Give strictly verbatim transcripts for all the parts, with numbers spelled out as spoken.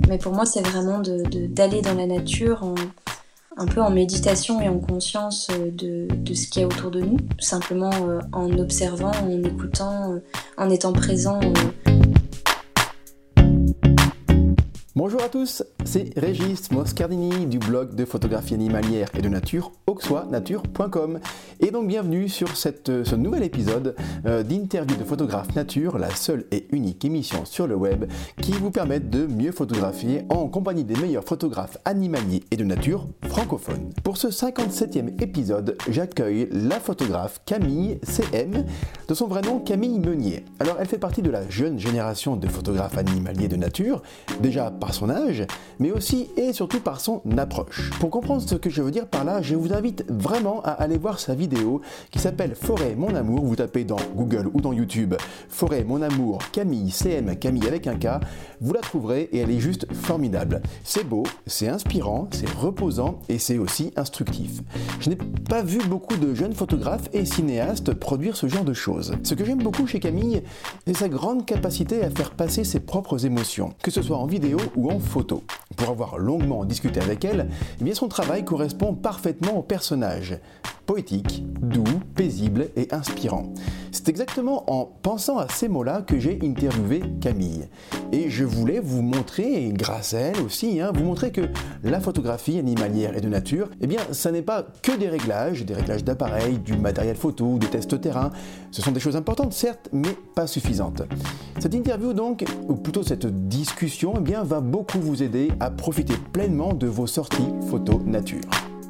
Mais pour moi, c'est vraiment de, de, d'aller dans la nature en, un peu en méditation et en conscience de, de ce qu'il y a autour de nous, simplement euh, en observant, en écoutant, euh, en étant présent. Euh. Bonjour à tous, c'est Régis Moscardini du blog de photographie animalière et de nature auxois nature point com et donc bienvenue sur cette, ce nouvel épisode euh, d'interview de photographe nature, la seule et unique émission sur le web qui vous permet de mieux photographier en compagnie des meilleurs photographes animaliers et de nature francophones. Pour ce cinquante-septième épisode, j'accueille la photographe Camille C M, de son vrai nom Camille Meunier. Alors elle fait partie de la jeune génération de photographes animaliers de nature, déjà par son âge, mais aussi et surtout par son approche. Pour comprendre ce que je veux dire par là, je vous invite vraiment à aller voir sa vidéo qui s'appelle Forêt mon amour. Vous tapez dans Google ou dans YouTube Forêt mon amour Camille C M, Camille avec un K, vous la trouverez et elle est juste formidable. C'est beau, c'est inspirant, c'est reposant et c'est aussi instructif. Je n'ai pas vu beaucoup de jeunes photographes et cinéastes produire ce genre de choses. Ce que j'aime beaucoup chez Camille, c'est sa grande capacité à faire passer ses propres émotions, que ce soit en vidéo ou en photo. Pour avoir longuement discuté avec elle, eh bien son travail correspond parfaitement au personnage. Poétique, doux, paisible et inspirant. C'est exactement en pensant à ces mots-là que j'ai interviewé Camille. Et je voulais vous montrer, et grâce à elle aussi, hein, vous montrer que la photographie animalière et de nature, eh bien, ça n'est pas que des réglages, des réglages d'appareils, du matériel photo, des tests terrain. Ce sont des choses importantes, certes, mais pas suffisantes. Cette interview donc, ou plutôt cette discussion, eh bien, va beaucoup vous aider à profiter pleinement de vos sorties photo nature.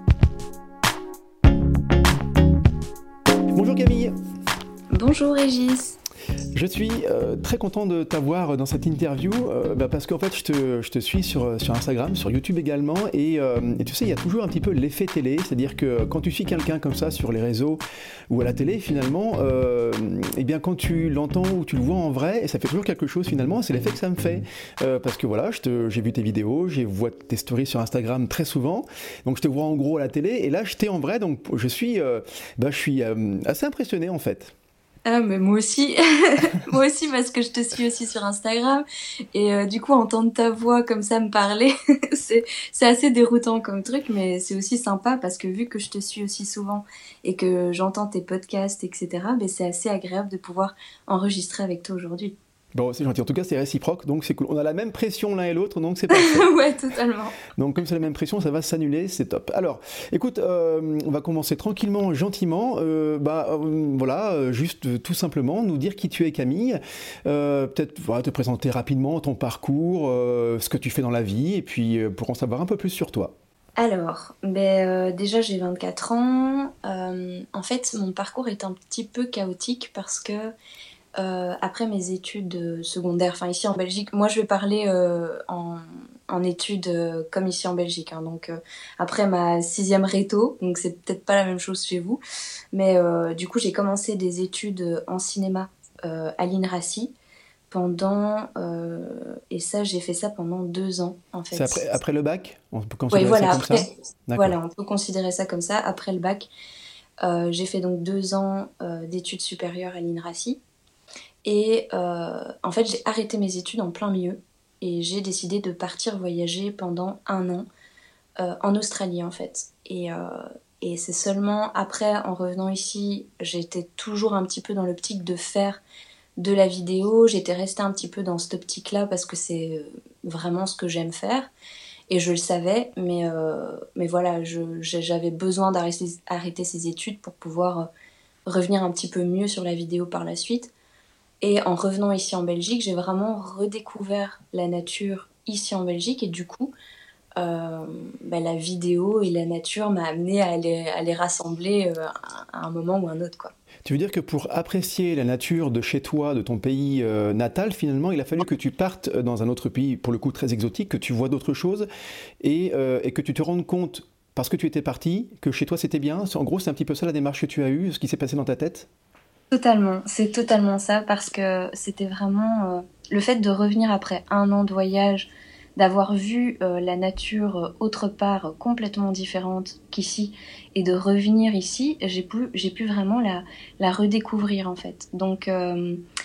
Bonjour Camille. Bonjour Régis. Je suis euh, très content de t'avoir dans cette interview euh, bah parce qu'en fait je te, je te suis sur, sur Instagram, sur YouTube également et, euh, et tu sais il y a toujours un petit peu l'effet télé, c'est-à-dire que quand tu suis quelqu'un comme ça sur les réseaux ou à la télé finalement, euh, et bien quand tu l'entends ou tu le vois en vrai, et ça fait toujours quelque chose finalement, c'est l'effet que ça me fait euh, parce que voilà, je te, j'ai vu tes vidéos, j'ai vu tes stories sur Instagram très souvent, donc je te vois en gros à la télé et là je t'ai en vrai, donc je suis, euh, bah, je suis euh, assez impressionné en fait. Ah mais moi aussi, moi aussi parce que je te suis aussi sur Instagram et euh, du coup entendre ta voix comme ça me parler, c'est c'est assez déroutant comme truc, mais c'est aussi sympa parce que vu que je te suis aussi souvent et que j'entends tes podcasts et cetera, ben c'est assez agréable de pouvoir enregistrer avec toi aujourd'hui. Bon, c'est gentil. En tout cas, c'est réciproque, donc c'est cool. On a la même pression l'un et l'autre, donc c'est parfait. Ouais, totalement. Donc, comme c'est la même pression, ça va s'annuler, c'est top. Alors, écoute, euh, on va commencer tranquillement, gentiment. Euh, bah, euh, voilà, euh, juste euh, tout simplement nous dire qui tu es, Camille. Euh, peut-être voilà, te présenter rapidement ton parcours, euh, ce que tu fais dans la vie, et puis euh, pour en savoir un peu plus sur toi. Alors, ben, euh, déjà j'ai vingt-quatre ans. Euh, en fait, mon parcours est un petit peu chaotique parce que Euh, après mes études secondaires, enfin ici en Belgique, moi je vais parler euh, en, en études euh, comme ici en Belgique, hein, donc euh, après ma sixième réto, donc c'est peut-être pas la même chose chez vous, mais euh, du coup j'ai commencé des études en cinéma euh, à l'INRACI pendant, euh, et ça j'ai fait ça pendant deux ans en fait. C'est après, après le bac? On peut Oui, considérer voilà, ça comme après, ça? D'accord. voilà, on peut considérer ça comme ça, après le bac. Euh, j'ai fait donc deux ans euh, d'études supérieures à l'INRACI. Et euh, en fait, j'ai arrêté mes études en plein milieu et j'ai décidé de partir voyager pendant un an euh, en Australie en fait. Et, euh, et c'est seulement après, en revenant ici, j'étais toujours un petit peu dans l'optique de faire de la vidéo. J'étais restée un petit peu dans cette optique-là parce que c'est vraiment ce que j'aime faire. Et je le savais, mais, euh, mais voilà, je, j'avais besoin d'arrêter arrêter ces études pour pouvoir revenir un petit peu mieux sur la vidéo par la suite. Et en revenant ici en Belgique, j'ai vraiment redécouvert la nature ici en Belgique et du coup, euh, bah, la vidéo et la nature m'a amené à les, à les rassembler euh, à un moment ou un autre, quoi. Tu veux dire que pour apprécier la nature de chez toi, de ton pays euh, natal, finalement, il a fallu que tu partes dans un autre pays, pour le coup très exotique, que tu vois d'autres choses et, euh, et que tu te rendes compte, parce que tu étais parti, que chez toi c'était bien. En gros, c'est un petit peu ça la démarche que tu as eue, ce qui s'est passé dans ta tête? Totalement, c'est totalement ça parce que c'était vraiment euh, le fait de revenir après un an de voyage, d'avoir vu euh, la nature euh, autre part euh, complètement différente qu'ici et de revenir ici, j'ai pu, j'ai pu vraiment la, la redécouvrir en fait. Donc euh,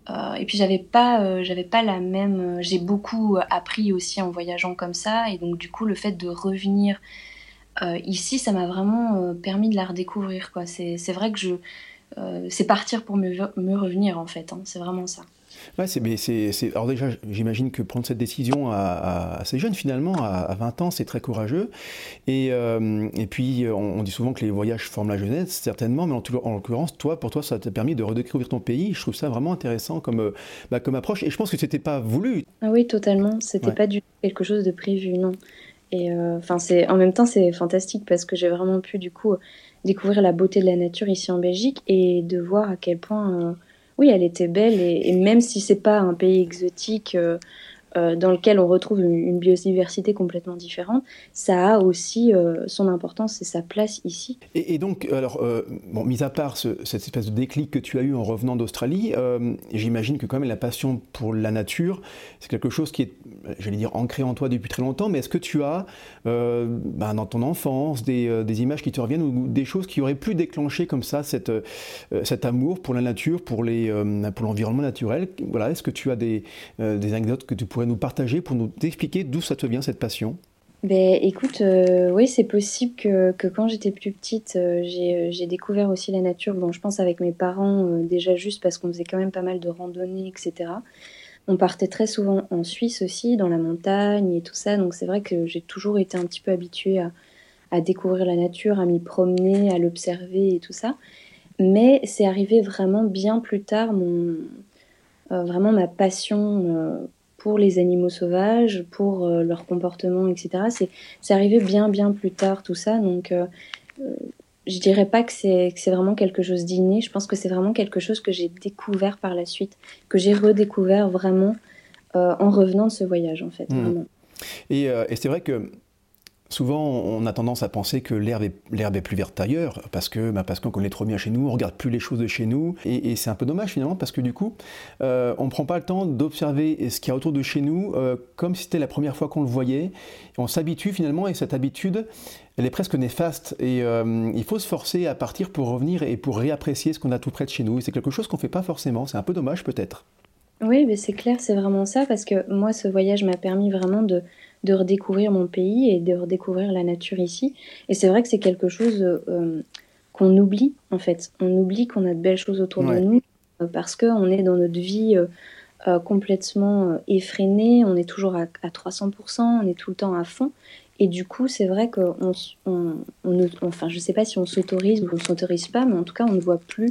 Euh, et puis j'avais pas, euh, j'avais pas la même. euh, J'ai beaucoup appris aussi en voyageant comme ça, et donc du coup le fait de revenir euh, ici, ça m'a vraiment euh, permis de la redécouvrir, quoi. C'est, c'est vrai que je, euh, c'est partir pour mieux, mieux revenir en fait. Hein, c'est vraiment ça. Ouais, c'est, mais c'est, c'est- alors déjà, j'imagine que prendre cette décision à, à- assez jeune finalement, à, à vingt ans, c'est très courageux. Et, euh, et puis, on, on dit souvent que les voyages forment la jeunesse, certainement, mais en, tout- en l'occurrence, toi, pour toi, ça t'a permis de redécouvrir ton pays. Je trouve ça vraiment intéressant comme, euh, bah, comme approche. Et je pense que c'était pas voulu. Ah oui, totalement. C'était Ouais. pas du tout quelque chose de prévu, non. Et euh, enfin, c'est en même temps, c'est fantastique parce que j'ai vraiment pu du coup découvrir la beauté de la nature ici en Belgique et de voir à quel point, euh, oui, elle était belle. Et, et même si c'est pas un pays exotique, euh, euh, dans lequel on retrouve une, une biodiversité complètement différente, ça a aussi euh, son importance et sa place ici. Et, et donc, alors, euh, bon, mis à part ce- cette espèce de déclic que tu as eu en revenant d'Australie, euh, j'imagine que quand même la passion pour la nature, c'est quelque chose qui est, j'allais dire, ancré en toi depuis très longtemps, mais est-ce que tu as, euh, ben, dans ton enfance, des, euh, des images qui te reviennent ou des choses qui auraient pu déclencher comme ça cette, euh, cet amour pour la nature, pour les, euh, pour l'environnement naturel? Voilà, est-ce que tu as des, euh, des anecdotes que tu pourrais nous partager pour nous expliquer d'où ça te vient cette passion? Ben, écoute, euh, oui, c'est possible que, que quand j'étais plus petite, euh, j'ai, euh, j'ai découvert aussi la nature. Bon, je pense avec mes parents, euh, déjà juste parce qu'on faisait quand même pas mal de randonnées, et cetera. On partait très souvent en Suisse aussi, dans la montagne et tout ça. Donc c'est vrai que j'ai toujours été un petit peu habituée à, à découvrir la nature, à m'y promener, à l'observer et tout ça. Mais c'est arrivé vraiment bien plus tard, mon, euh, vraiment ma passion euh, pour les animaux sauvages, pour euh, leur comportement, et cetera. C'est, c'est arrivé bien, bien plus tard tout ça. Donc euh, euh, je dirais pas que c'est, que c'est vraiment quelque chose d'inné. Je pense que c'est vraiment quelque chose que j'ai découvert par la suite, que j'ai redécouvert vraiment euh, en revenant de ce voyage, en fait, Hmm. vraiment. Et, euh, et c'est vrai que souvent, on a tendance à penser que l'herbe est, l'herbe est plus verte ailleurs, parce que bah, parce qu'on connaît trop bien chez nous, on regarde plus les choses de chez nous, et, et c'est un peu dommage finalement, parce que du coup, euh, on ne prend pas le temps d'observer ce qu'il y a autour de chez nous, euh, comme si c'était la première fois qu'on le voyait, et on s'habitue finalement, et cette habitude, elle est presque néfaste, et euh, il faut se forcer à partir pour revenir et pour réapprécier ce qu'on a tout près de chez nous, et c'est quelque chose qu'on ne fait pas forcément, c'est un peu dommage peut-être. Oui, mais c'est clair, c'est vraiment ça, parce que moi, ce voyage m'a permis vraiment de, de redécouvrir mon pays et de redécouvrir la nature ici. Et c'est vrai que c'est quelque chose euh, qu'on oublie, en fait. On oublie qu'on a de belles choses autour de Ouais. nous, euh, parce qu'on est dans notre vie euh, euh, complètement euh, effrénée, on est toujours à, à trois cents pour cent, on est tout le temps à fond. Et du coup, c'est vrai qu'on, s- on, on ne- enfin, je sais pas si on s'autorise ou on s'autorise pas, mais en tout cas, on ne voit plus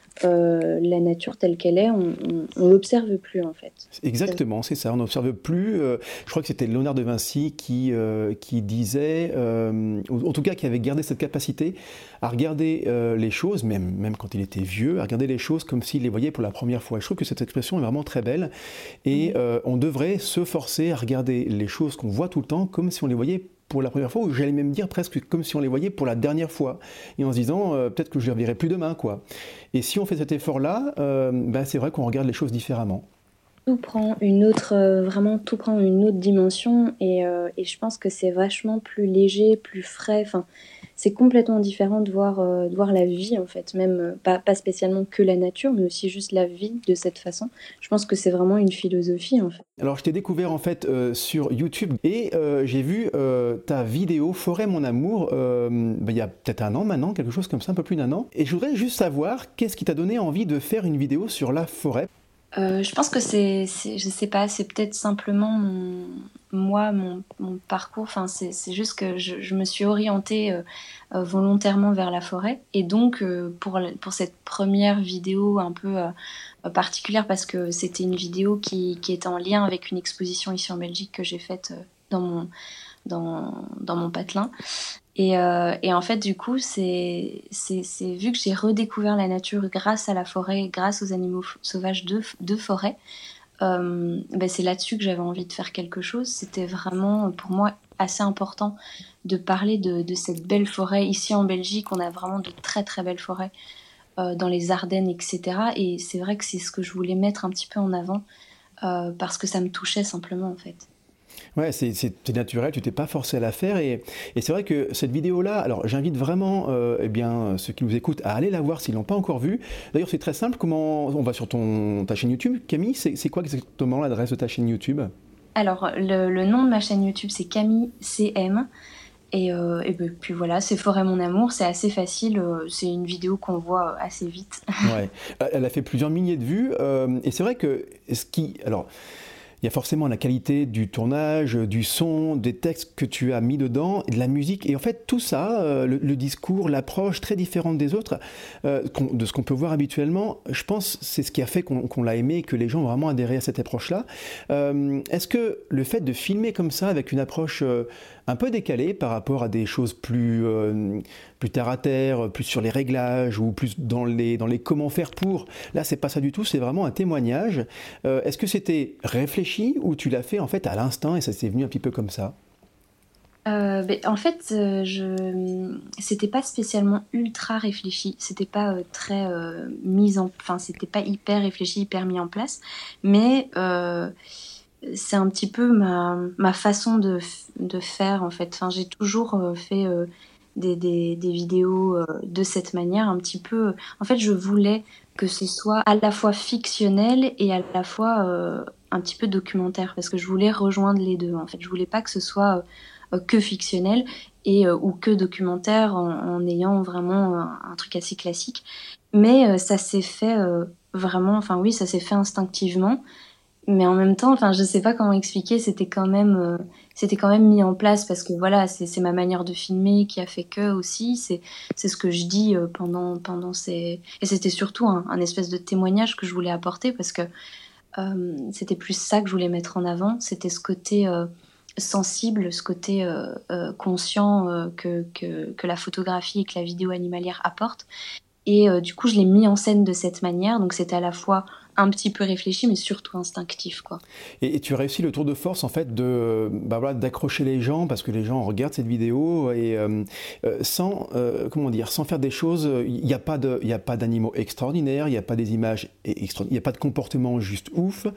euh, la nature telle qu'elle est, on, on, on l'observe plus en fait. C'est- Exactement, c'est ça. On n'observe plus. Euh, je crois que c'était Léonard de Vinci qui, euh, qui disait, euh, ou en tout cas qui avait gardé cette capacité à regarder euh, les choses, même, même quand il était vieux, à regarder les choses comme s'il les voyait pour la première fois. Je trouve que cette expression est vraiment très belle. Et Oui. euh, on devrait se forcer à regarder les choses qu'on voit tout le temps comme si on les voyait pour la première fois, ou j'allais même dire presque comme si on les voyait pour la dernière fois, et en se disant euh, peut-être que je les reverrai plus demain, quoi. Et si on fait cet effort-là, euh, ben, c'est vrai qu'on regarde les choses différemment. Tout prend une autre, euh, vraiment tout prend une autre dimension et, euh, et je pense que c'est vachement plus léger, plus frais. Enfin, c'est complètement différent de voir, euh, de voir la vie en fait, même euh, pas, pas spécialement que la nature, mais aussi juste la vie de cette façon. Je pense que c'est vraiment une philosophie en fait. Alors, je t'ai découvert en fait euh, sur YouTube et euh, j'ai vu euh, ta vidéo Forêt mon amour euh, ben, il y a peut-être un an maintenant, quelque chose comme ça, un peu plus d'un an. Et je voudrais juste savoir qu'est-ce qui t'a donné envie de faire une vidéo sur la forêt. Euh, je pense que c'est, c'est- je sais pas, c'est peut-être simplement mon, moi, mon, mon parcours. Enfin, c'est, c'est juste que je, je me suis orientée euh, euh, volontairement vers la forêt. Et donc, euh, pour, la- pour cette première vidéo un peu euh, euh, particulière, parce que c'était une vidéo qui, qui était en lien avec une exposition ici en Belgique que j'ai faite euh, dans mon, dans, dans mon patelin. Et, euh, et en fait, du coup, c'est, c'est, c'est vu que j'ai redécouvert la nature grâce à la forêt, grâce aux animaux f- sauvages de, de forêt, euh, ben c'est là-dessus que j'avais envie de faire quelque chose. C'était vraiment, pour moi, assez important de parler de, de cette belle forêt. Ici en Belgique, on a vraiment de très très belles forêts euh, dans les Ardennes, et cetera. Et c'est vrai que c'est ce que je voulais mettre un petit peu en avant euh, parce que ça me touchait simplement, en fait. Ouais, c'est, c'est, c'est naturel, tu t'es pas forcé à la faire et, et c'est vrai que cette vidéo-là, alors j'invite vraiment euh, eh bien, ceux qui nous écoutent à aller la voir s'ils l'ont pas encore vue. D'ailleurs, c'est très simple, comment on va sur ton, ta chaîne YouTube. Camille, c'est, c'est quoi exactement l'adresse de ta chaîne YouTube? Alors, le, le nom de ma chaîne YouTube, c'est Camille C M. Et, euh, et ben, puis voilà, c'est Forêt mon amour, c'est assez facile, euh, c'est une vidéo qu'on voit euh, assez vite. Ouais, elle a fait plusieurs milliers de vues euh, et c'est vrai que ce qui, alors. Il y a forcément la qualité du tournage, du son, des textes que tu as mis dedans, et de la musique. Et en fait, tout ça, euh, le, le discours, l'approche très différente des autres, euh, de ce qu'on peut voir habituellement, je pense c'est ce qui a fait qu'on, qu'on l'a aimé et que les gens ont vraiment adhéré à cette approche-là. Euh, est-ce que le fait de filmer comme ça, avec une approche euh, un peu décalée par rapport à des choses plus, euh, plus terre à terre, plus sur les réglages ou plus dans les, dans les comment faire pour, là, c'est pas ça du tout, c'est vraiment un témoignage. Euh, est-ce que c'était réfléchi ou tu l'as fait en fait à l'instinct et ça s'est venu un petit peu comme ça? Euh, ben, en fait, euh, je... c'était pas spécialement ultra réfléchi, c'était pas euh, très euh, mis en, enfin, c'était pas hyper réfléchi, hyper mis en place, mais euh, c'est un petit peu ma, ma façon de, f- de faire en fait. Enfin, j'ai toujours euh, fait euh, des, des, des vidéos euh, de cette manière, un petit peu. En fait, je voulais que ce soit à la fois fictionnel et à la fois euh, un petit peu documentaire, parce que je voulais rejoindre les deux. En fait, je voulais pas que ce soit euh, que fictionnel et euh, ou que documentaire en, en ayant vraiment un, un truc assez classique. Mais euh, ça s'est fait euh, vraiment. Enfin oui, ça s'est fait instinctivement. Mais en même temps, enfin, je sais pas comment expliquer, c'était quand même, euh, c'était quand même mis en place parce que voilà, c'est, c'est ma manière de filmer qui a fait que aussi, c'est, c'est ce que je dis euh, pendant, pendant ces, et c'était surtout un, un espèce de témoignage que je voulais apporter parce que euh, c'était plus ça que je voulais mettre en avant, c'était ce côté euh, sensible, ce côté euh, euh, conscient euh, que, que, que la photographie et que la vidéo animalière apportent. Et euh, du coup, je l'ai mis en scène de cette manière, donc c'était à la fois un petit peu réfléchi, mais surtout instinctif, quoi. Et, et tu as réussi le tour de force en fait de bah voilà, d'accrocher les gens parce que les gens regardent cette vidéo et euh, euh, sans euh, comment dire sans faire des choses. Il n'y a pas de il y a pas d'animaux extraordinaires, il n'y a pas des images extra, il n'y a pas de comportement juste ouf.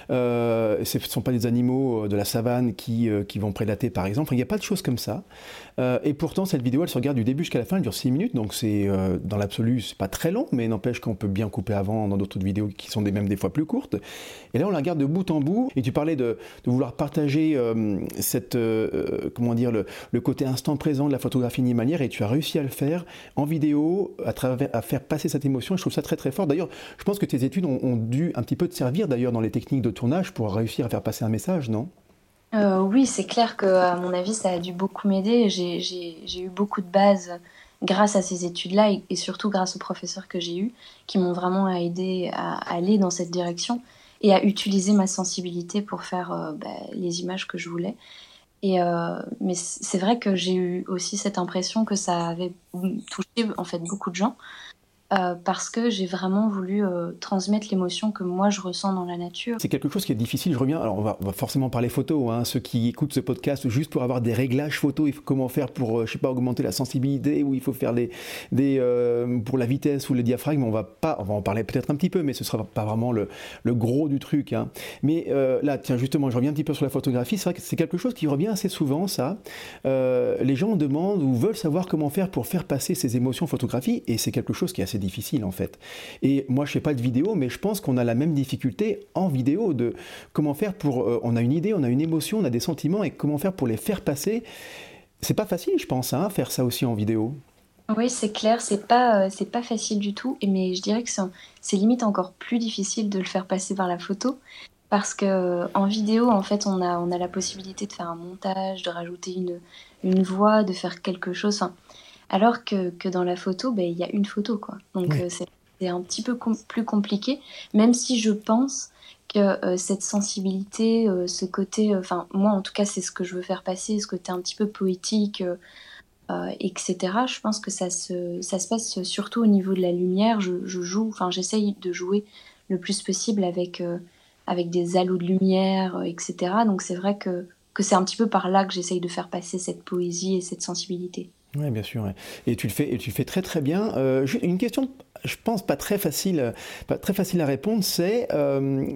Euh, ce ne sont pas des animaux de la savane qui euh, qui vont prédater par exemple. Il n'y a pas de choses comme ça. Euh, et pourtant cette vidéo elle se regarde du début jusqu'à la fin, elle dure six minutes donc c'est euh, dans l'absolu c'est pas très long mais n'empêche qu'on peut bien couper avant dans d'autres vidéos qui sont des même des fois plus courtes. Et là, on la regarde de bout en bout. Et tu parlais de, de vouloir partager euh, cette, euh, comment dire, le, le côté instant présent de la photographie animalière. Et tu as réussi à le faire en vidéo, à, travers, à faire passer cette émotion. Je trouve ça très très fort. D'ailleurs, je pense que tes études ont, ont dû un petit peu te servir d'ailleurs dans les techniques de tournage pour réussir à faire passer un message, non? Euh, oui, c'est clair que, à mon avis, ça a dû beaucoup m'aider. J'ai, j'ai, j'ai eu beaucoup de bases grâce à ces études-là et, et surtout grâce aux professeurs que j'ai eus qui m'ont vraiment aidé à aller dans cette direction et à utiliser ma sensibilité pour faire euh, bah, les images que je voulais. Et euh, mais c- c'est vrai que j'ai eu aussi cette impression que ça avait touché en fait beaucoup de gens euh, parce que j'ai vraiment voulu euh, transmettre l'émotion que moi je ressens dans la nature. C'est quelque chose qui est difficile, je reviens, alors on va, on va forcément parler photo, hein, ceux qui écoutent ce podcast juste pour avoir des réglages photo, il faut comment faire pour, euh, je sais pas, augmenter la sensibilité, ou il faut faire des, des euh, pour la vitesse ou le diaphragme, on va pas, on va en parler peut-être un petit peu, mais ce sera pas vraiment le, le gros du truc. Hein. Mais euh, là, tiens, justement, je reviens un petit peu sur la photographie, c'est vrai que c'est quelque chose qui revient assez souvent, ça. Euh, les gens demandent ou veulent savoir comment faire pour faire passer ces émotions en photographie, et c'est quelque chose qui est assez difficile en fait. Et moi, je fais pas de vidéo, mais je pense qu'on a la même difficulté en vidéo de comment faire pour. Euh, on a une idée, on a une émotion, on a des sentiments, et comment faire pour les faire passer. C'est pas facile, je pense, hein, faire ça aussi en vidéo. Oui, c'est clair, c'est pas, euh, c'est pas facile du tout, et- mais je dirais que c'est, c'est limite encore plus difficile de le faire passer par la photo, parce que euh, en vidéo, en fait, on a, on a la possibilité de faire un montage, de rajouter une, une voix, de faire quelque chose, enfin, alors que, que dans la photo, ben, il y a une photo, quoi. Donc Oui. euh, c'est, c'est un petit peu com- plus compliqué, même si je pense que euh, cette sensibilité, euh, ce côté, euh, enfin, moi en tout cas, c'est ce que je veux faire passer, ce côté un petit peu poétique. Euh, euh, et cetera. Je pense que ça se, ça se passe surtout au niveau de la lumière. Je, je joue, enfin j'essaye de jouer le plus possible avec, euh, avec des halos de lumière, euh, et cetera. Donc c'est vrai que, que c'est un petit peu par là que j'essaye de faire passer cette poésie et cette sensibilité. Oui, bien sûr. Ouais. Et tu le fais, et tu le fais très très bien. Euh, ju- une question, je pense pas très facile, pas très facile à répondre, c'est euh,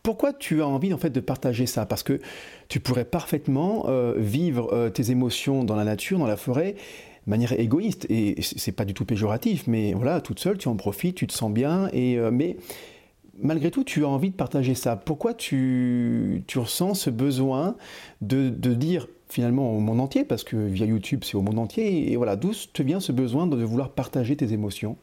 pourquoi tu as envie en fait de partager ça? Parce que tu pourrais parfaitement euh, vivre euh, tes émotions dans la nature, dans la forêt, de manière égoïste. Et c- c'est pas du tout péjoratif, mais voilà, toute seule, tu en profites, tu te sens bien. Et, euh, mais malgré tout, tu as envie de partager ça. Pourquoi tu, tu ressens ce besoin de, de dire finalement au monde entier, parce que via YouTube c'est au monde entier, et voilà, d'où te vient ce besoin de vouloir partager tes émotions?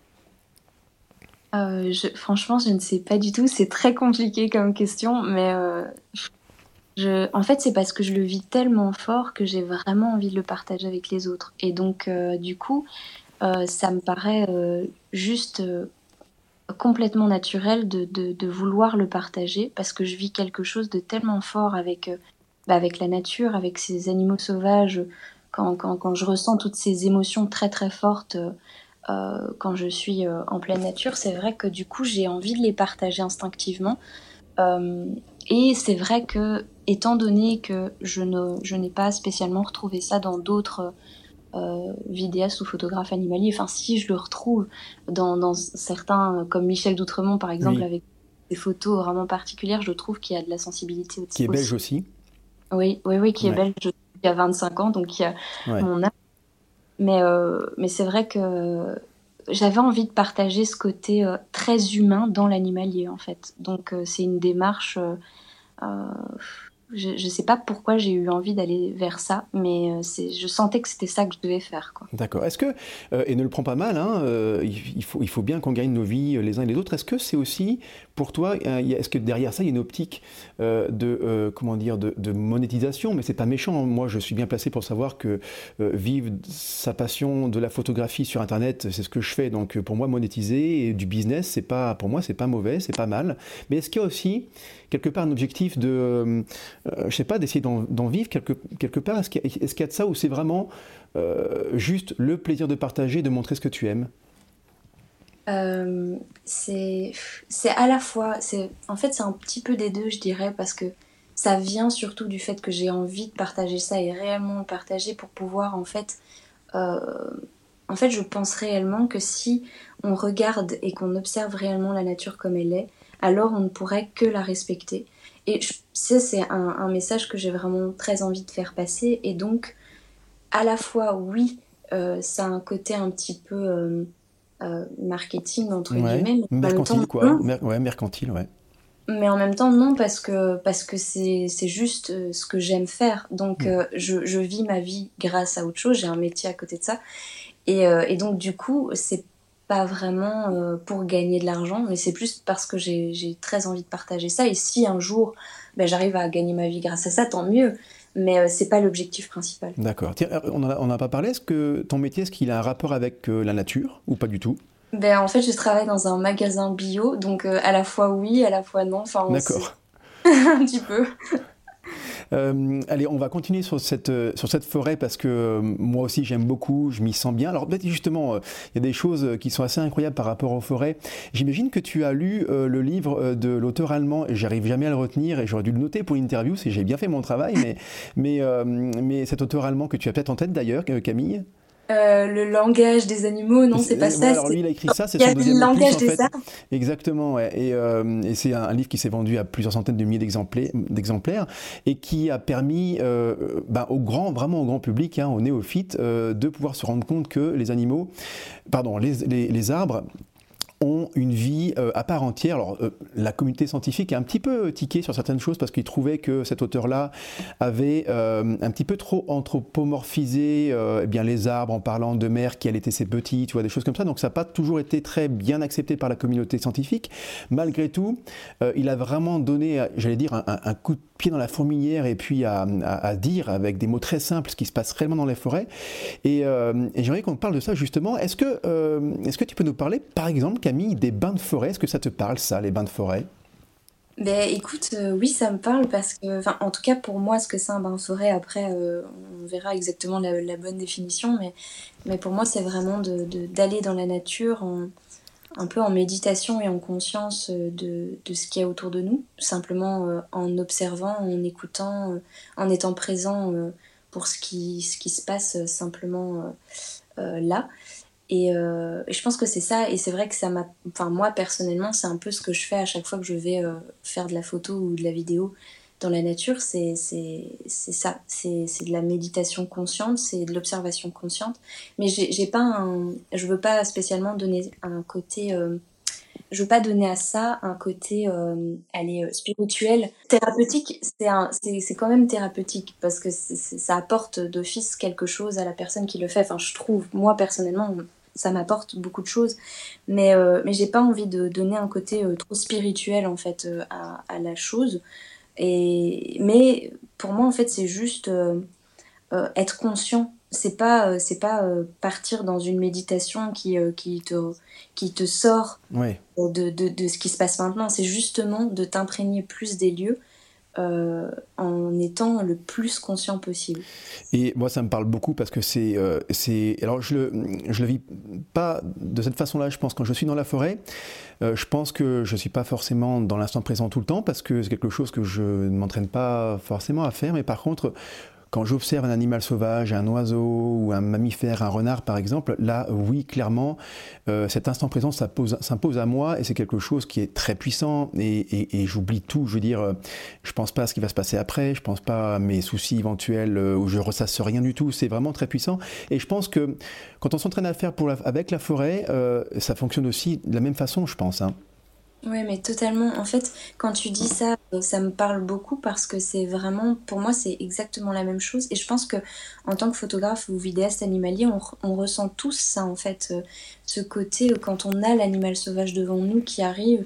Euh, je- franchement, je ne sais pas du tout. C'est très compliqué comme question, mais euh, je, en fait, c'est parce que je le vis tellement fort que j'ai vraiment envie de le partager avec les autres. Et donc, euh, du coup, euh, ça me paraît euh, juste euh, complètement naturel de, de, de vouloir le partager parce que je vis quelque chose de tellement fort avec, euh, bah, avec la nature, avec ces animaux sauvages. Quand, quand, quand je ressens toutes ces émotions très très fortes euh, euh, quand je suis euh, en pleine nature, c'est vrai que du coup j'ai envie de les partager instinctivement. Euh, et c'est vrai que, étant donné que je ne, je n'ai pas spécialement retrouvé ça dans d'autres euh, vidéastes ou photographes animaliers, enfin si je le retrouve dans, dans certains, euh, comme Michel Doutremont par exemple, Oui, avec des photos vraiment particulières, je trouve qu'il y a de la sensibilité qui est belge aussi. aussi. Oui, oui, oui, qui est Ouais, belge, qui a vingt-cinq ans, donc qui a ouais. mon âge. Mais, euh, mais c'est vrai que j'avais envie de partager ce côté euh, très humain dans l'animalier, en fait. Donc, euh, c'est une démarche. Euh, euh, je, je sais pas pourquoi j'ai eu envie d'aller vers ça, mais euh, c'est, je sentais que c'était ça que je devais faire, quoi. D'accord. Est-ce que, euh, et ne le prends pas mal, hein, euh, il, il faut, il faut bien qu'on gagne nos vies euh, les uns et les autres. Est-ce que c'est aussi, pour toi, euh, il y a- est-ce que derrière ça, il y a une optique euh, de, euh, comment dire, de, de monétisation? Mais c'est pas méchant. Moi, je suis bien placé pour savoir que euh, vivre sa passion de la photographie sur Internet, c'est ce que je fais. Donc, euh, pour moi, monétiser et du business, c'est pas, pour moi, c'est pas mauvais, c'est pas mal. Mais est-ce qu'il y a aussi quelque part un objectif de, euh, euh, je sais pas, d'essayer d'en, d'en vivre quelque, quelque part? Est-ce qu'il y a, est-ce qu'il y a de ça ou c'est vraiment euh, juste le plaisir de partager, de montrer ce que tu aimes? Euh, c'est, c'est à la fois, c'est, en fait, c'est un petit peu des deux, je dirais, parce que ça vient surtout du fait que j'ai envie de partager ça et réellement le partager pour pouvoir, en fait, euh, en fait, je pense réellement que si on regarde et qu'on observe réellement la nature comme elle est, alors on ne pourrait que la respecter. Et je- ça, c'est un, un message que j'ai vraiment très envie de faire passer. Et donc, à la fois, oui, euh, ça a un côté un petit peu euh, euh, marketing, entre Ouais, guillemets, mais en même temps, mercantile quoi. non. Mer- ouais, mercantile, ouais. Mais en même temps, non, parce que parce que c'est c'est juste euh, ce que j'aime faire. Donc, Hmm. euh, je, je vis ma vie grâce à autre chose. J'ai un métier à côté de ça. Et, euh, et donc, du coup, c'est pas vraiment euh, pour gagner de l'argent, mais c'est plus parce que j'ai j'ai très envie de partager ça. Et si un jour, ben, j'arrive à gagner ma vie grâce à ça, tant mieux. Mais euh, c'est pas l'objectif principal. D'accord. Tiens, euh, on n'en a, on n'a pas parlé. Est-ce que ton métier, est-ce qu'il a un rapport avec euh, la nature ou pas du tout? Ben, en fait, je travaille dans un magasin bio, donc euh, à la fois oui, à la fois non. Enfin, c'est D'accord. un petit peu. Euh, allez, on va continuer sur cette, euh, sur cette forêt parce que euh, moi aussi j'aime beaucoup, je m'y sens bien. Alors peut-être justement, euh, il y a des choses euh, qui sont assez incroyables par rapport aux forêts. J'imagine que tu as lu euh, le livre euh, de l'auteur allemand, et j'arrive jamais à le retenir, et j'aurais dû le noter pour l'interview si j'ai bien fait mon travail, mais, mais, euh, mais cet auteur allemand que tu as peut-être en tête d'ailleurs, euh, Camille. Euh, le langage des animaux, non, c'est pas C'est- ouais, ça. alors C'est lui, il a écrit ça, c'est il y a son le deuxième opus langage en des fait. arbres. Exactement, ouais. Et, euh, et c'est un, un livre qui s'est vendu à plusieurs centaines de milliers d'exemplaires, d'exemplaires et qui a permis euh, ben, au grand, vraiment au grand public, hein, aux néophytes, euh, de pouvoir se rendre compte que les animaux, pardon, les, les, les arbres ont une vie euh, à part entière. Alors, euh, la communauté scientifique a un petit peu tiqué sur certaines choses parce qu'il trouvait que cet auteur-là avait euh, un petit peu trop anthropomorphisé euh, eh bien, les arbres en parlant de mer qui allaient être ses petits, tu vois, des choses comme ça. Donc, ça n'a pas toujours été très bien accepté par la communauté scientifique. Malgré tout, euh, il a vraiment donné, j'allais dire, un, un, coup de pied dans la fourmilière et puis à, à, à dire avec des mots très simples ce qui se passe réellement dans les forêts. Et, euh, et j'aimerais qu'on parle de ça justement. Est-ce que, euh, est-ce que tu peux nous parler, par exemple, Camille, des bains de forêt? Est-ce que ça te parle, ça, les bains de forêt? Ben écoute, euh, oui, ça me parle parce que, enfin, en tout cas pour moi, ce que c'est un bain de forêt, après, euh, on verra exactement la, la bonne définition, mais, mais pour moi, c'est vraiment de, de- d'aller dans la nature en- un peu en méditation et en conscience euh, de, de ce qu'il y a autour de nous, simplement euh, en observant, en écoutant, euh, en étant présent euh, pour ce qui, ce qui se passe euh, simplement euh, euh, là. Et, euh, et je pense que c'est ça, et c'est vrai que ça m'a... Enfin, moi, personnellement, c'est un peu ce que je fais à chaque fois que je vais euh, faire de la photo ou de la vidéo dans la nature, c'est, c'est, c'est ça. C'est, c'est de la méditation consciente, c'est de l'observation consciente. Mais j'ai, j'ai pas un... Je veux pas spécialement donner un côté... Euh, je veux pas donner à ça un côté euh, allez, euh, spirituel. Thérapeutique, c'est, un, c'est, c'est quand même thérapeutique, parce que c'est, c'est, ça apporte d'office quelque chose à la personne qui le fait. Enfin, je trouve, moi, personnellement, ça m'apporte beaucoup de choses, mais, euh, mais j'ai pas envie de donner un côté euh, trop spirituel en fait euh, à, à la chose. Et, mais pour moi en fait c'est juste euh, euh, être conscient. C'est pas, euh, c'est pas euh, partir dans une méditation qui, euh, qui, te, qui te sort Ouais. de, de, de ce qui se passe maintenant. C'est justement de t'imprégner plus des lieux euh, en étant le plus conscient possible. Et moi, ça me parle beaucoup parce que c'est, euh, c'est, alors je le, je le vis pas de cette façon-là. Je pense quand je suis dans la forêt, euh, je pense que je suis pas forcément dans l'instant présent tout le temps parce que c'est quelque chose que je ne m'entraîne pas forcément à faire. Mais par contre, quand j'observe un animal sauvage, un oiseau ou un mammifère, un renard par exemple, là oui clairement euh, cet instant présent ça pose, s'impose à moi et c'est quelque chose qui est très puissant et, et, et j'oublie tout, je veux dire, euh, je pense pas à ce qui va se passer après, je pense pas à mes soucis éventuels euh, où je ressasse rien du tout, c'est vraiment très puissant et je pense que quand on s'entraîne à faire pour la, avec la forêt, euh, ça fonctionne aussi de la même façon je pense. Hein. Ouais, mais totalement. En fait, quand tu dis ça, euh, ça me parle beaucoup parce que c'est vraiment, pour moi, c'est exactement la même chose. Et je pense que en tant que photographe ou vidéaste animalier, on, re- on ressent tous ça, en fait, euh, ce côté euh, quand on a l'animal sauvage devant nous qui arrive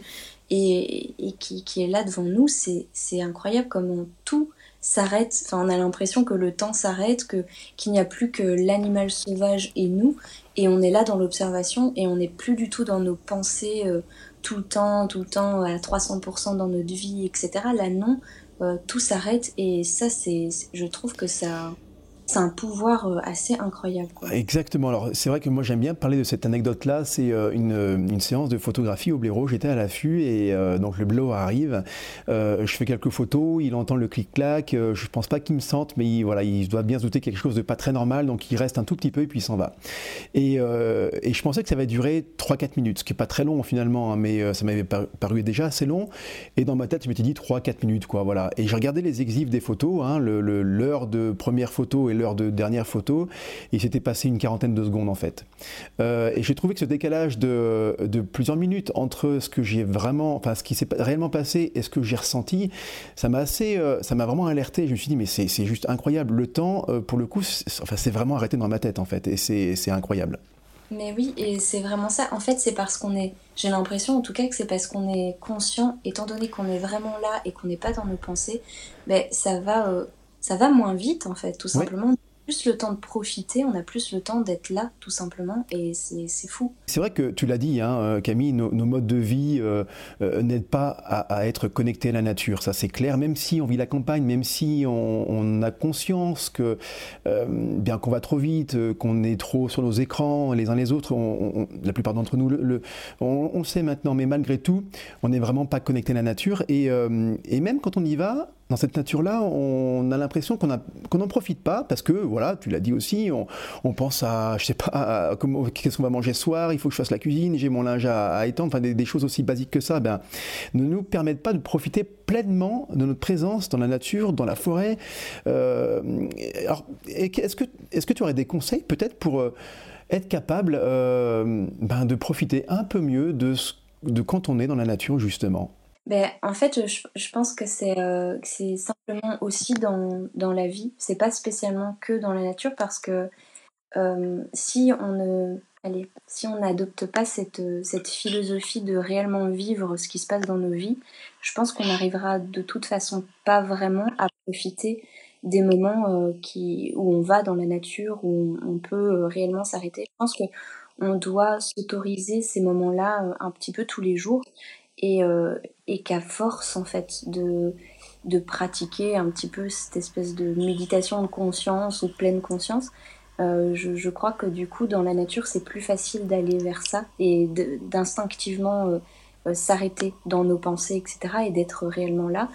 et, et qui, qui est là devant nous, c'est, c'est incroyable comment tout s'arrête. Enfin, on a l'impression que le temps s'arrête, que qu'il n'y a plus que l'animal sauvage et nous, et on est là dans l'observation et on n'est plus du tout dans nos pensées. Euh, tout le temps, tout le temps, à trois cents pour cent dans notre vie, et cetera. Là, non, euh, tout s'arrête et ça, c'est, c'est- je trouve que ça, c'est un pouvoir euh, assez incroyable, quoi. Exactement. Alors, c'est vrai que moi j'aime bien parler de cette anecdote-là. C'est euh, une, une séance de photographie au blaireau. J'étais à l'affût et euh, donc le blaireau arrive. Euh, je fais quelques photos. Il entend le clic-clac. Euh, je pense pas qu'il me sente, mais il, voilà, il doit bien se douter quelque chose de pas très normal. Donc il reste un tout petit peu et puis il s'en va. Et, euh, et je pensais que ça va durer trois quatre minutes, ce qui est pas très long finalement, hein, mais euh, ça m'avait paru, paru déjà assez long. Et dans ma tête, je m'étais dit trois quatre minutes, quoi. Voilà. Et j'ai regardé les exifs des photos, hein, le, le, l'heure de première photo et l'heure de dernière photo. Et il s'était passé une quarantaine de secondes en fait. Euh, et j'ai trouvé que ce décalage de, de plusieurs minutes entre ce que j'ai vraiment, enfin ce qui s'est réellement passé et ce que j'ai ressenti, ça m'a assez, euh, ça m'a vraiment alerté. Je me suis dit mais c'est, c'est juste incroyable. Le temps, euh, pour le coup, c'est, enfin c'est vraiment arrêté dans ma tête en fait, et c'est, c'est incroyable. Mais oui, et c'est vraiment ça. En fait, c'est parce qu'on est, j'ai l'impression en tout cas que c'est parce qu'on est conscient, étant donné qu'on est vraiment là et qu'on n'est pas dans nos pensées, ben ça va, euh, ça va moins vite en fait, tout Ouais. simplement. On a plus le temps de profiter, on a plus le temps d'être là, tout simplement, et c'est, c'est fou. C'est vrai que tu l'as dit, hein, euh, Camille, nos, nos modes de vie euh, euh, n'aident pas à, à être connectés à la nature, ça c'est clair, même si on vit la campagne, même si on, on a conscience que, euh, bien qu'on va trop vite, euh, qu'on est trop sur nos écrans les uns les autres, on, on, la plupart d'entre nous, le, le, on, on le sait maintenant, mais malgré tout, on n'est vraiment pas connecté à la nature, et, euh, et même quand on y va, dans cette nature-là, on a l'impression qu'on qu'on n'en profite pas parce que, voilà, tu l'as dit aussi, on, on pense à, je sais pas, à comment, qu'est-ce qu'on va manger ce soir, il faut que je fasse la cuisine, j'ai mon linge à, à étendre, enfin des, des choses aussi basiques que ça, ben, ne nous permettent pas de profiter pleinement de notre présence dans la nature, dans la forêt. Euh, alors, est-ce que, est-ce que tu aurais des conseils peut-être pour euh, être capable euh, ben, de profiter un peu mieux de, ce- de quand on est dans la nature, justement? Ben, en fait, je, je pense que c'est euh, que c'est simplement aussi dans, dans la vie. C'est pas spécialement que dans la nature parce que euh, si on ne, allez, si on n'adopte pas cette, cette philosophie de réellement vivre ce qui se passe dans nos vies, je pense qu'on n'arrivera de toute façon pas vraiment à profiter des moments euh, qui, où on va dans la nature, où on, on peut euh, réellement s'arrêter. Je pense que on doit s'autoriser ces moments-là euh, un petit peu tous les jours et, euh, et qu'à force en fait de, de pratiquer un petit peu cette espèce de méditation de conscience ou de pleine conscience, euh, je, je crois que du coup dans la nature c'est plus facile d'aller vers ça et de- d'instinctivement euh, euh, s'arrêter dans nos pensées, et cetera et d'être réellement là.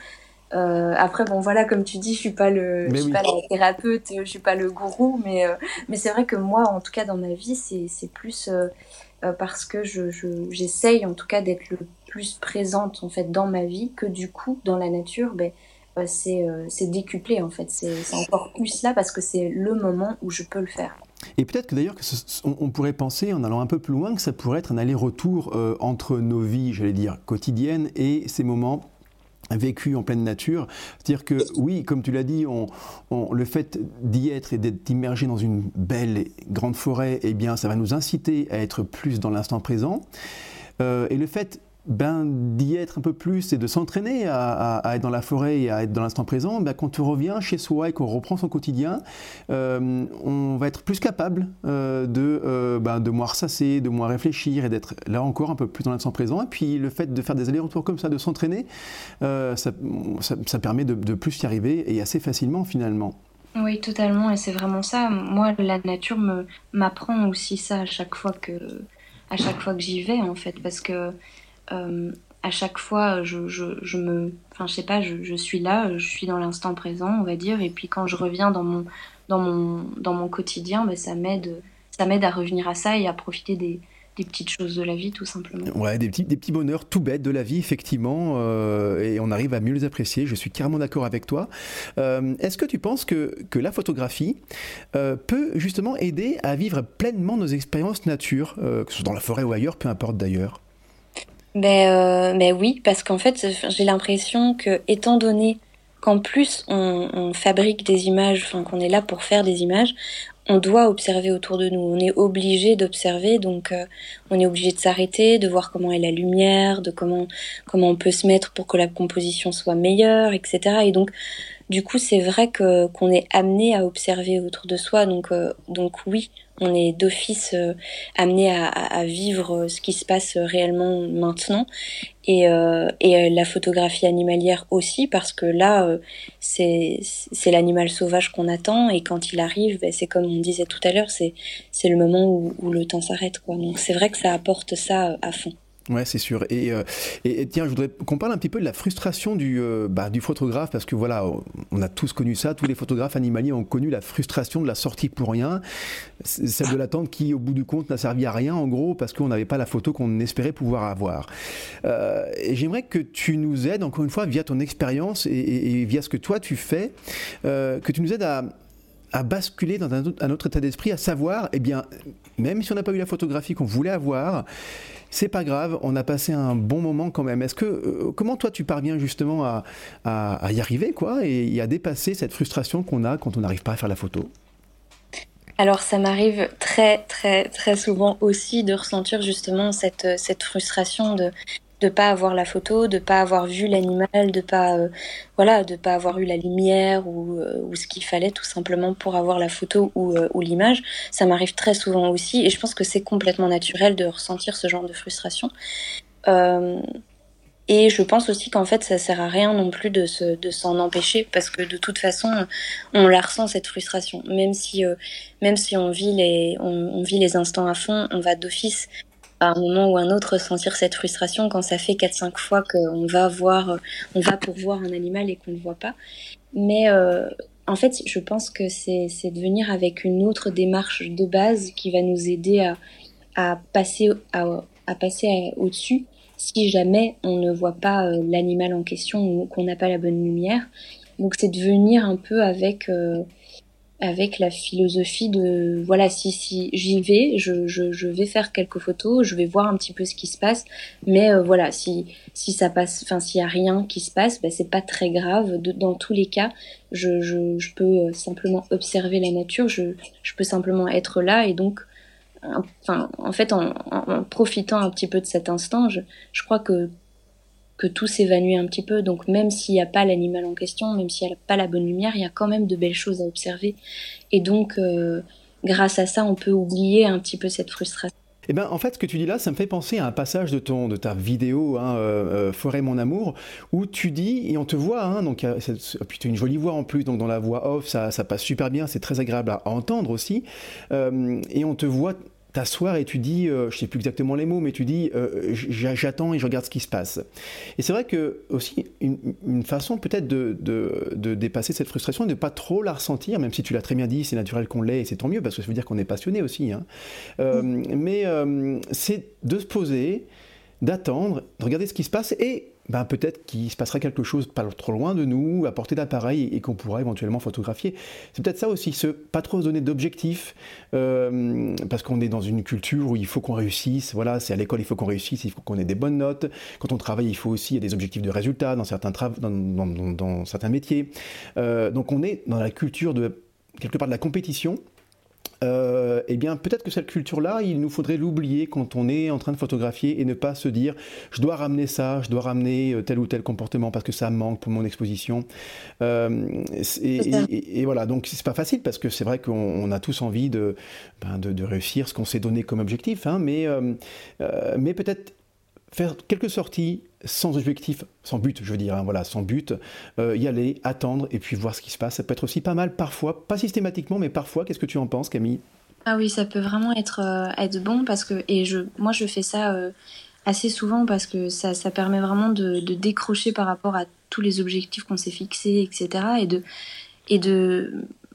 Euh, après, bon, voilà, comme tu dis, je suis pas le, je Mais suis oui. pas la thérapeute, je suis pas le gourou, mais, euh, mais c'est vrai que moi, en tout cas, dans ma vie, c'est, c'est plus euh, euh, parce que je, je, j'essaye, en tout cas, d'être le plus présente, en fait, dans ma vie, que du coup, dans la nature, ben, euh, c'est, euh, c'est décuplé, en fait. C'est, c'est encore plus là parce que c'est le moment où je peux le faire. Et peut-être que d'ailleurs, que ce- on, on pourrait penser, en allant un peu plus loin, que ça pourrait être un aller-retour euh, entre nos vies, j'allais dire, quotidiennes et ces moments vécu en pleine nature. C'est-à-dire que oui, comme tu l'as dit, on, on, le fait d'y être et d'être immergé dans une belle et grande forêt, eh bien, ça va nous inciter à être plus dans l'instant présent. Euh, et le fait ben, d'y être un peu plus et de s'entraîner à, à, à être dans la forêt et à être dans l'instant présent, ben, quand on revient chez soi et qu'on reprend son quotidien, euh, on va être plus capable euh, de, euh, ben, de moins ressasser, de moins réfléchir et d'être là encore un peu plus dans l'instant présent. Et puis le fait de faire des allers-retours comme ça, de s'entraîner, euh, ça, ça, ça permet de, de plus y arriver et assez facilement finalement. Oui, totalement, et c'est vraiment ça. Moi, la nature me m'apprend aussi ça à chaque fois que à chaque fois que j'y vais, en fait, parce que euh, à chaque fois, je, je, je me, enfin, je sais pas, je, je suis là, je suis dans l'instant présent, on va dire, et puis quand je reviens dans mon dans mon dans mon quotidien, ben, ça m'aide ça m'aide à revenir à ça et à profiter des des petites choses de la vie, tout simplement. Ouais, des petits, des petits bonheurs tout bêtes de la vie, effectivement, euh, et on arrive à mieux les apprécier. Je suis carrément d'accord avec toi. Euh, est-ce que tu penses que, que la photographie euh, peut justement aider à vivre pleinement nos expériences nature, euh, que ce soit dans la forêt ou ailleurs, peu importe d'ailleurs? Ben, euh, ben oui, parce qu'en fait, j'ai l'impression que, étant donné qu'en plus on, on fabrique des images, enfin qu'on est là pour faire des images, on doit observer autour de nous. On est obligé d'observer, donc euh, on est obligé de s'arrêter, de voir comment est la lumière, de comment comment on peut se mettre pour que la composition soit meilleure, et cetera. Et donc, du coup, c'est vrai que qu'on est amené à observer autour de soi. Donc, euh, donc oui, on est d'office euh, amené à, à, à vivre ce qui se passe réellement maintenant. Et, euh, et euh, la photographie animalière aussi, parce que là, euh, c'est c'est l'animal sauvage qu'on attend, et quand il arrive, ben, c'est comme on disait tout à l'heure, c'est c'est le moment où, où le temps s'arrête, quoi. Donc c'est vrai que ça apporte ça euh, à fond. Ouais, c'est sûr. Et, euh, et, et tiens, je voudrais qu'on parle un petit peu de la frustration du, euh, bah, du photographe, parce que voilà, on a tous connu ça, tous les photographes animaliers ont connu la frustration de la sortie pour rien, celle de l'attente qui, au bout du compte, n'a servi à rien, en gros, parce qu'on n'avait pas la photo qu'on espérait pouvoir avoir. Euh, et j'aimerais que tu nous aides, encore une fois, via ton expérience et, et, et via ce que toi tu fais, euh, que tu nous aides à à basculer dans un autre, un autre état d'esprit, à savoir, eh bien, même si on n'a pas eu la photographie qu'on voulait avoir, c'est pas grave, on a passé un bon moment quand même. Est-ce que, euh, comment toi tu parviens justement à, à, à y arriver, quoi, et, et à dépasser cette frustration qu'on a quand on n'arrive pas à faire la photo? Alors ça m'arrive très très très souvent aussi de ressentir justement cette cette frustration de de pas avoir la photo, de pas avoir vu l'animal, de pas euh, voilà, de pas avoir eu la lumière ou euh, ou ce qu'il fallait tout simplement pour avoir la photo ou euh, ou l'image. Ça m'arrive très souvent aussi, et je pense que c'est complètement naturel de ressentir ce genre de frustration. Euh, Et je pense aussi qu'en fait, ça sert à rien non plus de se, de s'en empêcher, parce que de toute façon, on la ressent, cette frustration. Même si, euh, même si on vit les, on, on vit les instants à fond, on va d'office à un moment ou un autre ressentir cette frustration quand ça fait quatre cinq fois qu'on va voir, euh, on va pour voir un animal et qu'on le voit pas. Mais euh, en fait, je pense que c'est, c'est de venir avec une autre démarche de base qui va nous aider à, à passer à, à passer à- au-dessus si jamais on ne voit pas euh, l'animal en question ou qu'on n'a pas la bonne lumière. Donc c'est de venir un peu avec euh, avec la philosophie de voilà, si si j'y vais, je, je je vais faire quelques photos, je vais voir un petit peu ce qui se passe, mais euh, voilà, si si ça passe, enfin s'il y a rien qui se passe, ben c'est pas très grave. De, dans tous les cas, je je je peux euh, simplement observer la nature, je je peux simplement être là, et donc enfin, en fait, en, en, en profitant un petit peu de cet instant, je, je crois que, que tout s'évanouit un petit peu. Donc, même s'il n'y a pas l'animal en question, même s'il n'y a pas la bonne lumière, il y a quand même de belles choses à observer. Et donc, euh, grâce à ça, on peut oublier un petit peu cette frustration. Eh ben, en fait, ce que tu dis là, ça me fait penser à un passage de, ton, de ta vidéo, hein, euh, Forêt mon amour, où tu dis, et on te voit, hein, donc, euh, puis tu as une jolie voix en plus, donc dans la voix off, ça, ça passe super bien, c'est très agréable à, à entendre aussi, euh, et on te voit t'asseoir et tu dis, euh, je sais plus exactement les mots, mais tu dis, euh, j'attends et je regarde ce qui se passe. Et c'est vrai que aussi une, une façon peut-être de, de, de dépasser cette frustration et de ne pas trop la ressentir, même si tu l'as très bien dit, c'est naturel qu'on l'ait et c'est tant mieux parce que ça veut dire qu'on est passionné aussi. Hein. Euh, mais euh, c'est de se poser, d'attendre, de regarder ce qui se passe et ben, peut-être qu'il se passera quelque chose pas trop loin de nous, à portée d'appareil et, et qu'on pourra éventuellement photographier. C'est peut-être ça aussi, se, pas trop se donner d'objectifs, euh, parce qu'on est dans une culture où il faut qu'on réussisse. Voilà, c'est à l'école, il faut qu'on réussisse, il faut qu'on ait des bonnes notes. Quand on travaille, il faut aussi, il y a des objectifs de résultats dans certains, tra- dans, dans, dans, dans certains métiers. Euh, donc on est dans la culture de, quelque part, de la compétition. Euh, eh bien, peut-être que cette culture-là, il nous faudrait l'oublier quand on est en train de photographier et ne pas se dire « je dois ramener ça, je dois ramener tel ou tel comportement parce que ça manque pour mon exposition euh, ». Et, et, et voilà, donc c'est pas facile parce que c'est vrai qu'on on a tous envie de, ben, de, de réussir ce qu'on s'est donné comme objectif, hein, mais, euh, euh, mais peut-être faire quelques sorties sans objectif, sans but, je veux dire, hein, voilà, sans but, euh, y aller, attendre et puis voir ce qui se passe. Ça peut être aussi pas mal parfois, pas systématiquement, mais parfois. Qu'est-ce que tu en penses, Camille ? Ah oui, ça peut vraiment être, euh, être bon parce que, et je, moi je fais ça euh, assez souvent parce que ça, ça permet vraiment de, de décrocher par rapport à tous les objectifs qu'on s'est fixés, et cetera. Et de, et de,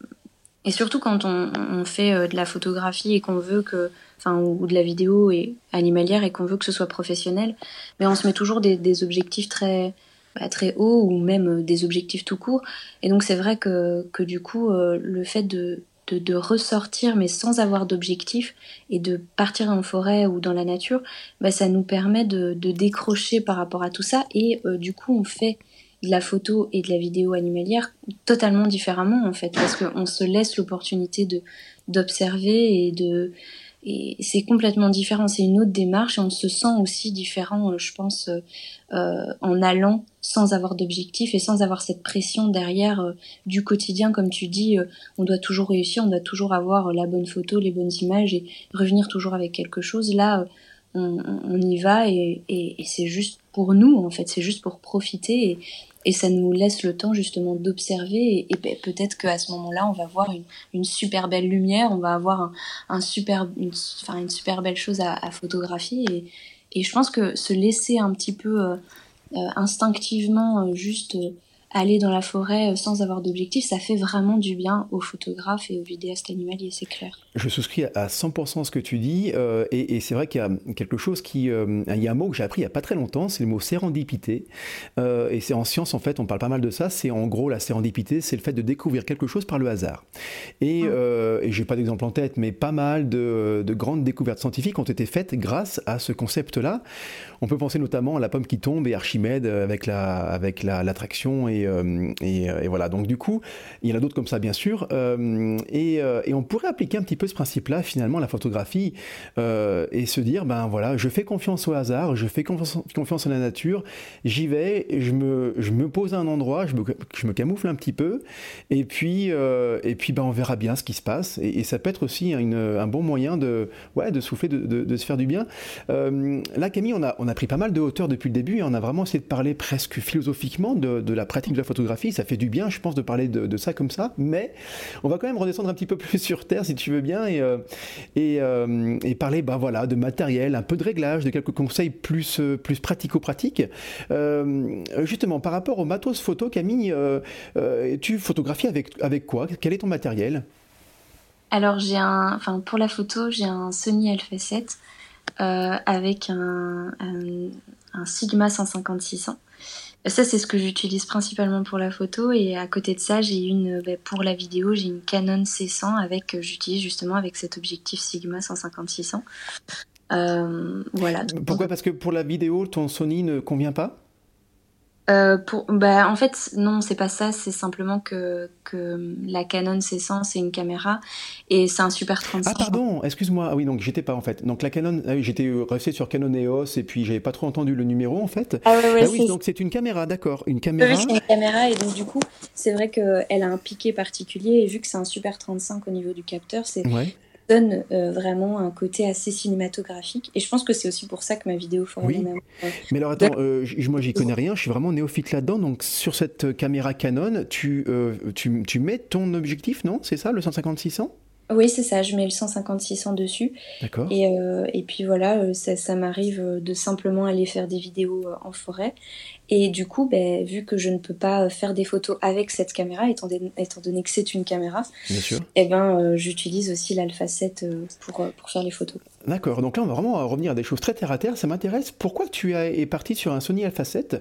et surtout quand on, on fait euh, de la photographie et qu'on veut que, enfin, ou de la vidéo et animalière et qu'on veut que ce soit professionnel, mais on se met toujours des, des objectifs très, bah, très hauts ou même des objectifs tout court. Et donc c'est vrai que, que du coup, euh, le fait de, de, de ressortir mais sans avoir d'objectif et de partir en forêt ou dans la nature, bah, ça nous permet de, de décrocher par rapport à tout ça et euh, du coup on fait de la photo et de la vidéo animalière totalement différemment en fait, parce qu'on se laisse l'opportunité de, d'observer et de... Et c'est complètement différent, c'est une autre démarche et on se sent aussi différent, je pense, euh, en allant sans avoir d'objectif et sans avoir cette pression derrière euh, du quotidien, comme tu dis, euh, on doit toujours réussir, on doit toujours avoir la bonne photo, les bonnes images et revenir toujours avec quelque chose. Là, euh, on, on y va et, et, et c'est juste pour nous, en fait, c'est juste pour profiter et, et ça nous laisse le temps justement d'observer et, et peut-être qu'à ce moment-là, on va voir une, une super belle lumière, on va avoir un, un super, une, enfin, une super belle chose à, à photographier et, et je pense que se laisser un petit peu euh, euh, instinctivement euh, juste euh, aller dans la forêt euh, sans avoir d'objectif, ça fait vraiment du bien aux photographes et aux vidéastes animaliers, c'est clair. Je souscris à cent pour cent ce que tu dis, euh, et, et c'est vrai qu'il y a quelque chose qui... Euh, il y a un mot que j'ai appris il n'y a pas très longtemps, c'est le mot sérendipité, euh, et c'est en science en fait, on parle pas mal de ça, c'est en gros la sérendipité, c'est le fait de découvrir quelque chose par le hasard. Et, mmh. euh, et j'ai pas d'exemple en tête, mais pas mal de, de grandes découvertes scientifiques ont été faites grâce à ce concept-là. On peut penser notamment à la pomme qui tombe et Archimède avec, la, avec la, l'attraction, et, euh, et, et voilà. Donc du coup, il y en a d'autres comme ça bien sûr, euh, et, euh, et on pourrait appliquer un petit peu ce principe-là, finalement, la photographie, euh, et se dire, ben voilà, je fais confiance au hasard, je fais confiance, confiance à la nature, j'y vais, je me, je me pose à un endroit, je me, je me camoufle un petit peu, et puis, euh, et puis ben, on verra bien ce qui se passe, et, et ça peut être aussi une, un bon moyen de, ouais, de souffler, de, de, de se faire du bien. Euh, là, Camille, on a, on a pris pas mal de hauteur depuis le début, et on a vraiment essayé de parler presque philosophiquement de, de la pratique de la photographie. Ça fait du bien, je pense, de parler de, de ça comme ça, mais on va quand même redescendre un petit peu plus sur terre, si tu veux bien, et, euh, et, euh, et parler bah, voilà, de matériel, un peu de réglage, de quelques conseils plus, euh, plus pratico-pratiques. Euh, justement, par rapport au matos photo, Camille, euh, euh, tu photographies avec, avec quoi ? Quel est ton matériel ? Alors, j'ai un, enfin, pour la photo, j'ai un Sony Alpha sept euh, avec un, un, un Sigma cent cinquante six cents. Ça, c'est ce que j'utilise principalement pour la photo. Et à côté de ça, j'ai une, bah, pour la vidéo, j'ai une Canon C cent avec, j'utilise justement avec cet objectif Sigma cent cinquante six cents. Euh, voilà. Pourquoi ? Parce que pour la vidéo, ton Sony ne convient pas ? Euh, pour, bah, en fait, non, c'est pas ça. C'est simplement que, que la Canon C cent, c'est une caméra et c'est un Super trente-cinq. Ah pardon, excuse-moi. Ah oui, donc j'étais pas en fait. Donc la Canon, ah oui, j'étais resté sur Canon E O S et puis j'avais pas trop entendu le numéro en fait. Ah, ouais, ouais, ah oui, c'est... donc c'est une caméra, d'accord, une caméra. Oui, c'est une caméra et donc du coup, c'est vrai qu'elle a un piqué particulier et vu que c'est un Super trente-cinq au niveau du capteur, c'est ouais. donne euh, vraiment un côté assez cinématographique et je pense que c'est aussi pour ça que ma vidéo Forêt oui. Mon euh, mais alors attends, euh, moi j'y connais rien, je suis vraiment néophyte là-dedans, donc sur cette caméra Canon tu, euh, tu, tu mets ton objectif, non ? C'est ça, le cent cinquante six cents ? Oui, c'est ça, je mets le cent cinquante six cents dessus. D'accord. Et, euh, et puis voilà, euh, ça, ça m'arrive euh, de simplement aller faire des vidéos euh, en forêt. Et du coup, ben, vu que je ne peux pas faire des photos avec cette caméra, étant, donné- étant donné que c'est une caméra, Bien sûr. eh ben, euh, j'utilise aussi l'Alpha sept euh, pour, euh, pour faire les photos. D'accord, donc là on va vraiment revenir à des choses très terre à terre, ça m'intéresse. Pourquoi tu as- es parti sur un Sony Alpha sept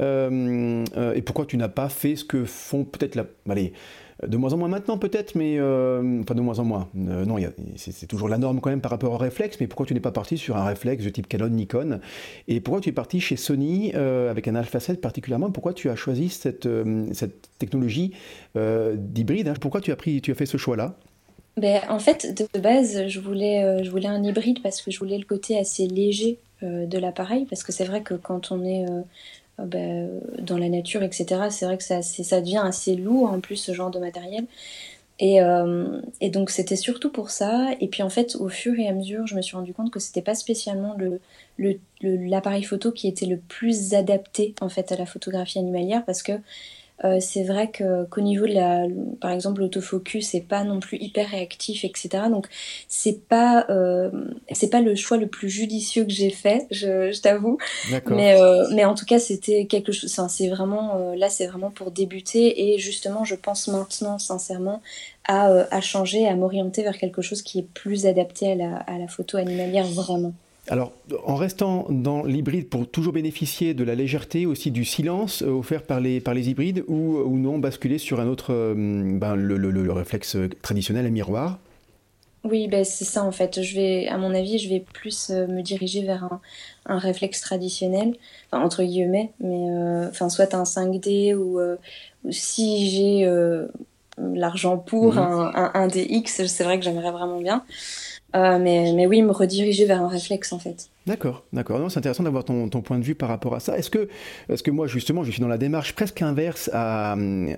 euh, euh, et pourquoi tu n'as pas fait ce que font peut-être la... Allez, de moins en moins maintenant peut-être, mais... Euh, enfin de moins en moins, Euh, non, il y a- c'est c'est toujours la norme quand même par rapport au réflexe, mais pourquoi tu n'es pas parti sur un réflexe de type Canon, Nikon? Et pourquoi tu es parti chez Sony euh, avec un Alpha sept particulièrement? Pourquoi tu as choisi cette, euh, cette technologie euh, d'hybride, hein? Pourquoi tu as, pris, tu as fait ce choix-là? Ben, en fait, de base, je voulais, euh, je voulais un hybride parce que je voulais le côté assez léger euh, de l'appareil. Parce que c'est vrai que quand on est euh, euh, ben, dans la nature, et cetera, c'est vrai que ça, c'est- ça devient assez lourd en plus ce genre de matériel. Et, euh, et donc c'était surtout pour ça. Et puis en fait, au fur et à mesure, je me suis rendu compte que c'était pas spécialement le, le- le- l'appareil photo qui était le plus adapté en fait à la photographie animalière parce que euh, c'est vrai que, qu'au niveau de la, par exemple, l'autofocus, c'est pas non plus hyper réactif, et cetera. Donc, c'est pas, euh, c'est pas le choix le plus judicieux que j'ai fait, je, je t'avoue. D'accord. Mais, euh, mais en tout cas, c'était quelque chose. Enfin, c'est vraiment, euh, là, c'est vraiment pour débuter. Et justement, je pense maintenant, sincèrement, à, euh, à changer, à m'orienter vers quelque chose qui est plus adapté à la, à la photo animalière, vraiment. Alors, en restant dans l'hybride pour toujours bénéficier de la légèreté, aussi du silence euh, offert par les, par les hybrides, ou, ou non basculer sur un autre, euh, ben, le, le- le réflexe traditionnel, un miroir. Oui, ben c'est ça en fait. Je vais, à mon avis, je vais plus euh, me diriger vers un, un réflexe traditionnel, enfin, entre guillemets, mais euh, enfin soit un cinq D ou, euh, ou si j'ai euh, l'argent pour Mhm. un, un, un D X, c'est vrai que j'aimerais vraiment bien. Euh, mais, mais oui, me rediriger vers un réflexe en fait. D'accord, d'accord. Non, c'est intéressant d'avoir ton, ton point de vue par rapport à ça. Est-ce que, est-ce que moi, justement, je suis dans la démarche presque inverse à,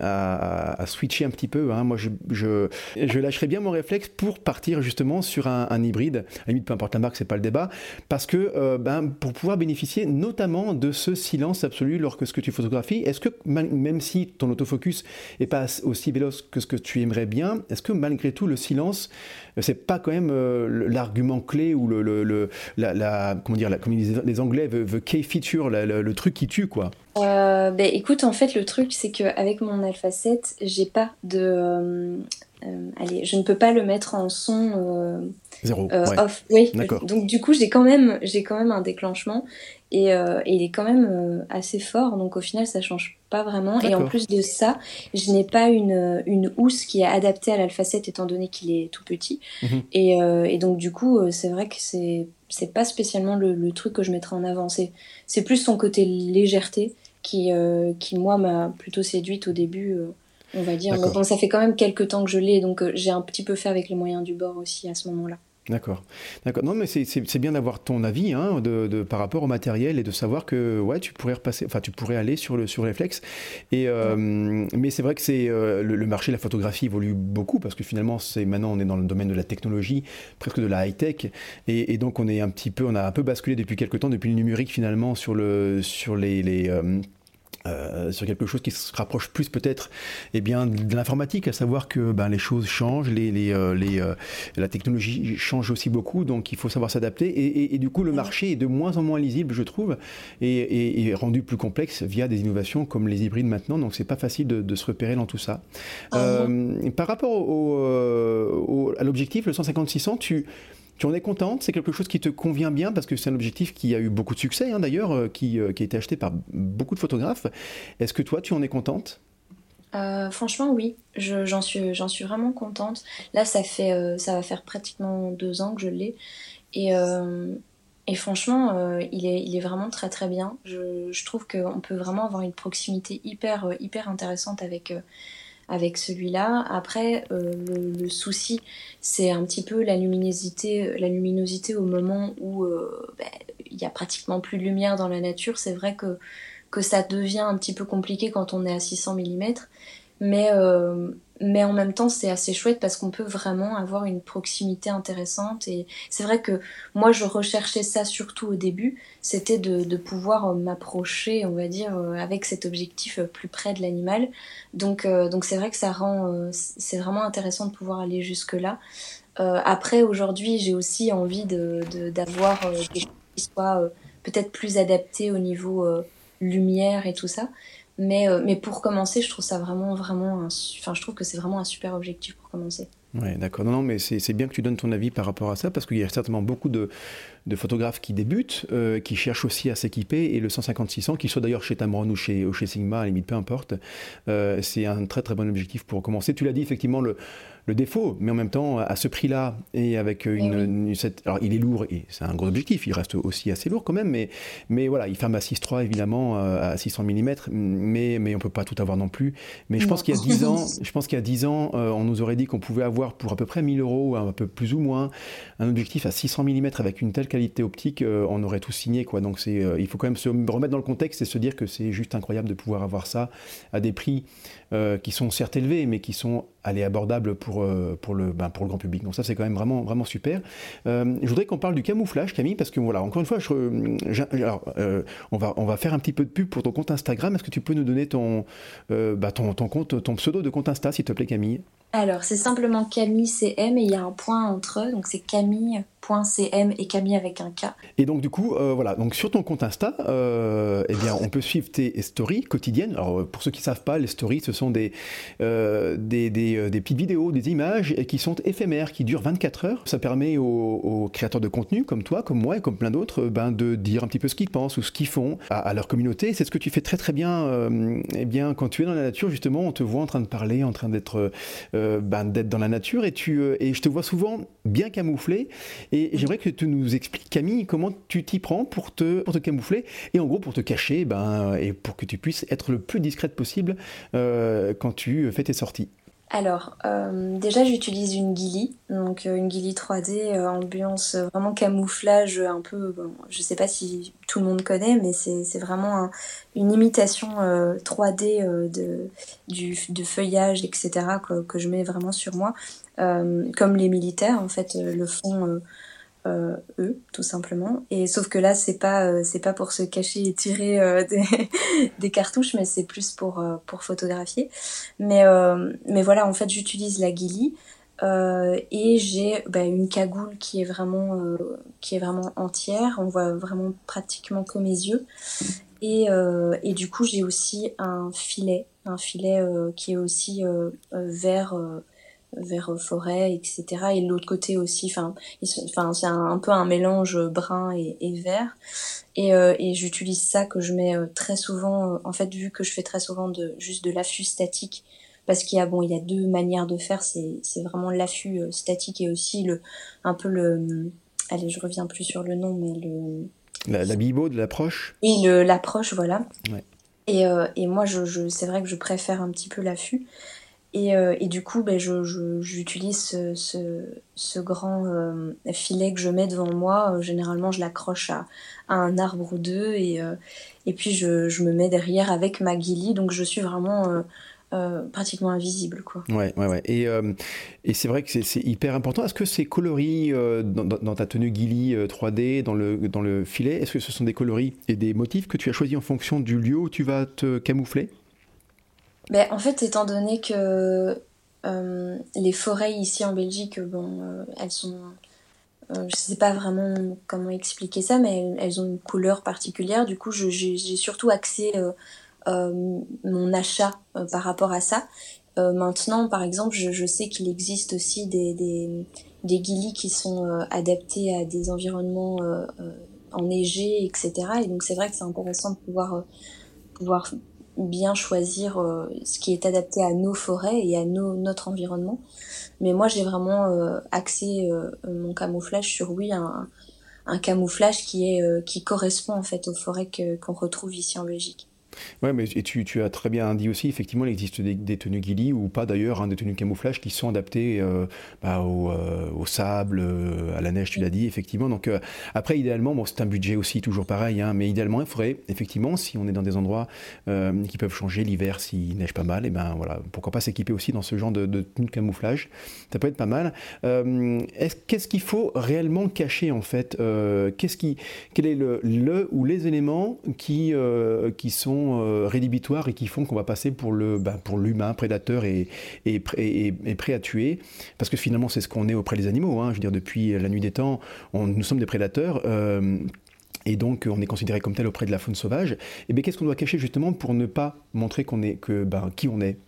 à, à switcher un petit peu, hein. Moi, je, je, je lâcherais bien mon réflexe pour partir justement sur un, un hybride. À la limite, peu importe la marque, c'est pas le débat. Parce que, euh, ben, pour pouvoir bénéficier notamment de ce silence absolu lorsque ce que tu photographies, est-ce que, mal- même si ton autofocus est pas aussi véloce que ce que tu aimerais bien, est-ce que malgré tout, le silence, euh, c'est pas quand même euh, l'argument clé ou le, le, le- la, la- comment dire, la- comme ils disent les Anglais, the, the key feature, la- la- le truc qui tue, quoi. Euh, ben écoute, en fait, le truc, c'est qu'avec mon Alpha sept, j'ai pas de. Euh, euh, allez, je ne peux pas le mettre en son. euh, Zéro, Euh, ouais. off, oui. D'accord, Donc du coup, j'ai quand même, j'ai quand même un déclenchement et, euh, et il est quand même euh, assez fort. Donc au final, ça change pas vraiment. Et en d'accord. plus de ça, je n'ai pas une, une housse qui est adaptée à l'Alpha sept étant donné qu'il est tout petit. Mhm. Et, euh, et donc du coup, euh, c'est vrai que c'est c'est pas spécialement le, le truc que je mettrais en avant. C'est c'est plus son côté légèreté qui euh, qui moi m'a plutôt séduite au début. euh, on va dire. Mais D'accord. bon, ça fait quand même quelques temps que je l'ai, donc euh, j'ai un petit peu fait avec les moyens du bord aussi à ce moment-là. D'accord, d'accord. Non, mais c'est c'est- c'est bien d'avoir ton avis hein, de, de- par rapport au matériel et de savoir que ouais, tu pourrais repasser, enfin, tu pourrais aller sur le sur le réflexe. Et euh, mais c'est vrai que c'est euh, le, le marché de la photographie évolue beaucoup parce que finalement, c'est maintenant on est dans le domaine de la technologie, presque de la high tech, et, et donc on est un petit peu, on a un peu basculé depuis quelques temps, depuis le numérique finalement sur le sur les, les euh, euh, sur quelque chose qui se rapproche plus peut-être eh bien, de l'informatique, à savoir que ben, les choses changent, les, les, euh, les, euh, la technologie change aussi beaucoup, donc il faut savoir s'adapter. Et, et, et du coup, le marché est de moins en moins lisible, je trouve, et, et, et rendu plus complexe via des innovations comme les hybrides maintenant, donc c'est pas facile de, de se repérer dans tout ça. Ah non. Euh, par rapport au, euh, au, à l'objectif, le cent cinquante six cents, tu, tu en es contente? C'est quelque chose qui te convient bien parce que c'est un objectif qui a eu beaucoup de succès hein, d'ailleurs, euh, qui, euh, qui a été acheté par beaucoup de photographes. Est-ce que toi, tu en es contente? Euh, franchement, oui, Je- j'en suis, j'en suis vraiment contente. Là, ça fait, euh, ça va faire pratiquement deux ans que je l'ai. Et, euh, et franchement, euh, il est, il est vraiment très très bien. Je, je trouve qu'on peut vraiment avoir une proximité hyper, euh, hyper intéressante avec, euh, avec celui-là. Après, euh, le, le souci, c'est un petit peu la luminosité, la luminosité au moment où euh, ben, il y a pratiquement plus de lumière dans la nature. C'est vrai que, que ça devient un petit peu compliqué quand on est à six cents millimètres. Mais, euh, mais en même temps, c'est assez chouette parce qu'on peut vraiment avoir une proximité intéressante. Et c'est vrai que moi, je recherchais ça surtout au début, c'était de, de pouvoir euh, m'approcher, on va dire, euh, avec cet objectif euh, plus près de l'animal. Donc, euh, donc c'est vrai que ça rend, euh, c'est vraiment intéressant de pouvoir aller jusque-là. Euh, après, aujourd'hui, j'ai aussi envie de, de- d'avoir euh, des choses qui soient euh, peut-être plus adaptées au niveau euh, lumière et tout ça. Mais, euh, mais pour commencer, je trouve ça vraiment, vraiment, un su- enfin, je trouve que c'est vraiment un super objectif pour commencer. Ouais, d'accord. Non, non, mais c'est c'est bien que tu donnes ton avis par rapport à ça, parce qu'il y a certainement beaucoup de, de photographes qui débutent, euh, qui cherchent aussi à s'équiper, et le cent cinquante six cents, qu'il soit d'ailleurs chez Tamron ou chez, ou chez Sigma, à la limite, peu importe, euh, c'est un très très bon objectif pour commencer. Tu l'as dit, effectivement, le, le défaut, mais en même temps, à ce prix-là, et avec Eh une, oui. une- cette- alors il est lourd, et c'est un gros objectif, il reste aussi assez lourd quand même, mais, mais voilà, il ferme à six trois évidemment, euh, à six cents millimètres, mais, mais on peut pas tout avoir non plus. Mais je pense Non. qu'il y a dix ans, je pense qu'il y a dix ans, euh, on nous aurait dit qu'on pouvait avoir pour à peu près mille euros, un peu plus ou moins, un objectif à six cents millimètres avec une telle qualité optique, euh, on aurait tout signé, quoi. Donc c'est, euh, il faut quand même se remettre dans le contexte et se dire que c'est juste incroyable de pouvoir avoir ça à des prix euh, qui sont certes élevés, mais qui sont allez, abordables pour, euh, pour, le, ben, pour le grand public. Donc ça, c'est quand même vraiment, vraiment super. Euh, je voudrais qu'on parle du camouflage, Camille, parce que voilà, encore une fois, je, je- alors, euh, on, va, on va faire un petit peu de pub pour ton compte Instagram. Est-ce que tu peux nous donner ton, euh, bah, ton, ton compte, ton pseudo de compte Insta, s'il te plaît, Camille? Alors, c'est simplement Camille C M et il y a un point entre eux, donc c'est camille.cm et Camille avec un K. Et donc du coup, euh, voilà, donc sur ton compte Insta, euh, eh bien, on peut suivre tes stories quotidiennes. Alors euh, pour ceux qui ne savent pas, les stories, ce sont des, euh, des, des, euh, des petites vidéos, des images et qui sont éphémères, qui durent vingt-quatre heures. Ça permet aux, aux créateurs de contenu, comme toi, comme moi et comme plein d'autres, euh, ben, de dire un petit peu ce qu'ils pensent ou ce qu'ils font à, à leur communauté. C'est ce que tu fais très très bien. Euh, eh bien, quand tu es dans la nature, justement, on te voit en train de parler, en train d'être euh, ben, d'être dans la nature et, tu, euh, et je te vois souvent bien camouflé. Et j'aimerais que tu nous expliques, Camille, comment tu t'y prends pour te, pour te camoufler et en gros pour te cacher ben, et pour que tu puisses être le plus discrète possible euh, quand tu fais tes sorties. Alors, euh, déjà j'utilise une Ghillie, donc euh, une Ghillie trois D, euh, ambiance euh, vraiment camouflage, euh, un peu, bon, je sais pas si tout le monde connaît, mais c'est c'est vraiment un- une imitation euh, trois D euh, de, du, de feuillage, et cetera, que, que je mets vraiment sur moi. Euh, comme les militaires, en fait, euh, le font euh, euh, eux, tout simplement. Et sauf que là, c'est pas, euh, c'est pas pour se cacher et tirer euh, des, des cartouches, mais c'est plus pour, euh, pour photographier. Mais, euh, mais voilà, en fait, j'utilise la Ghillie euh, et j'ai bah, une cagoule qui est vraiment, euh, qui est vraiment entière. On voit vraiment pratiquement que mes yeux. Et, euh, et du coup, j'ai aussi un filet, un filet euh, qui est aussi euh, euh, vert. Euh, vers euh, forêt, et cetera. Et de l'autre côté aussi, enfin, ils sont- enfin, c'est un, un peu un mélange brun et, et vert. Et, euh, et j'utilise ça que je mets euh, très souvent, euh, en fait, vu que je fais très souvent de, juste de l'affût statique, parce qu'il y a, bon, il y a deux manières de faire, c'est, c'est vraiment l'affût euh, statique et aussi le, un peu le, allez, je reviens plus sur le nom, mais le, La, la bibo de l'approche. oui, le, l'approche, voilà. Ouais. Et, euh, et moi, je, je, c'est vrai que je préfère un petit peu l'affût. Et, euh, et du coup, ben, je, je- j'utilise ce, ce, ce grand euh, filet que je mets devant moi. Euh, généralement, je l'accroche à, à un arbre ou deux. Et, euh, et puis, je, je me mets derrière avec ma Ghillie. Donc, je suis vraiment euh, euh, pratiquement invisible, quoi. Ouais, ouais, ouais. Et, euh, et c'est vrai que c'est c'est hyper important. Est-ce que ces coloris euh, dans, dans- dans ta tenue Ghillie euh, trois D, dans le, dans le filet, est-ce que ce sont des coloris et des motifs que tu as choisis en fonction du lieu où tu vas te camoufler? Ben, en fait, étant donné que euh, les forêts ici en Belgique, bon, euh, elles sont... euh, je sais pas vraiment comment expliquer ça, mais elles, elles ont une couleur particulière. Du coup, je- j'ai j'ai surtout axé euh, euh, mon achat euh, par rapport à ça. Euh, maintenant, par exemple, je, je sais qu'il existe aussi des, des, des guilis qui sont euh, adaptés à des environnements euh, euh, enneigés, et cetera. Et donc, c'est vrai que c'est intéressant de pouvoir, euh, pouvoir bien choisir euh, ce qui est adapté à nos forêts et à nos, notre environnement. Mais moi, j'ai vraiment euh, axé euh, mon camouflage sur, oui, un, un camouflage qui est euh, qui correspond en fait aux forêts que, qu'on retrouve ici en Belgique. Ouais, mais et tu, tu as très bien dit aussi, effectivement, il existe des, des tenues ghillie ou pas d'ailleurs, hein, des tenues de camouflage qui sont adaptées euh, bah, au, euh, au sable, euh, à la neige, tu l'as dit, effectivement. Donc euh, après, idéalement, bon, c'est un budget aussi toujours pareil, hein, mais idéalement, il faudrait, effectivement, si on est dans des endroits euh, qui peuvent changer l'hiver, s'il neige pas mal, et ben voilà, pourquoi pas s'équiper aussi dans ce genre de, de tenue de camouflage, ça peut être pas mal. Euh, est-ce, qu'est-ce qu'il faut réellement cacher en fait euh, qu'est-ce qui, quel est le, le ou les éléments qui, euh, qui sont euh, rédhibitoires et qui font qu'on va passer pour, le, bah, pour l'humain prédateur et, et, et, et prêt à tuer, parce que finalement c'est ce qu'on est auprès des animaux, hein. Je veux dire, depuis la nuit des temps, on, nous sommes des prédateurs, euh, et donc on est considéré comme tel auprès de la faune sauvage. Et bien qu'est-ce qu'on doit cacher justement pour ne pas montrer qu'on est, que, ben, qui on est?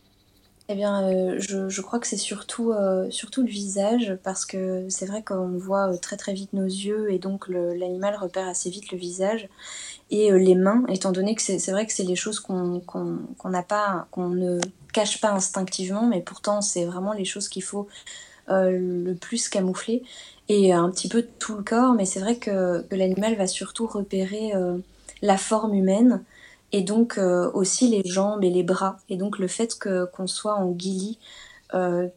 Eh bien, euh, je, je crois que c'est surtout, euh, surtout le visage, parce que c'est vrai qu'on voit euh, très très vite nos yeux, et donc le- l'animal repère assez vite le visage. Et euh, les mains, étant donné que c'est c'est vrai que c'est les choses qu'on qu'on qu'on n'a pas, qu'on ne cache pas instinctivement, mais pourtant c'est vraiment les choses qu'il faut euh, le plus camoufler. Et euh, un petit peu tout le corps, mais c'est vrai que, que l'animal va surtout repérer euh, la forme humaine, et donc euh, aussi les jambes et les bras. Et donc le fait que qu'on soit en guilly, euh,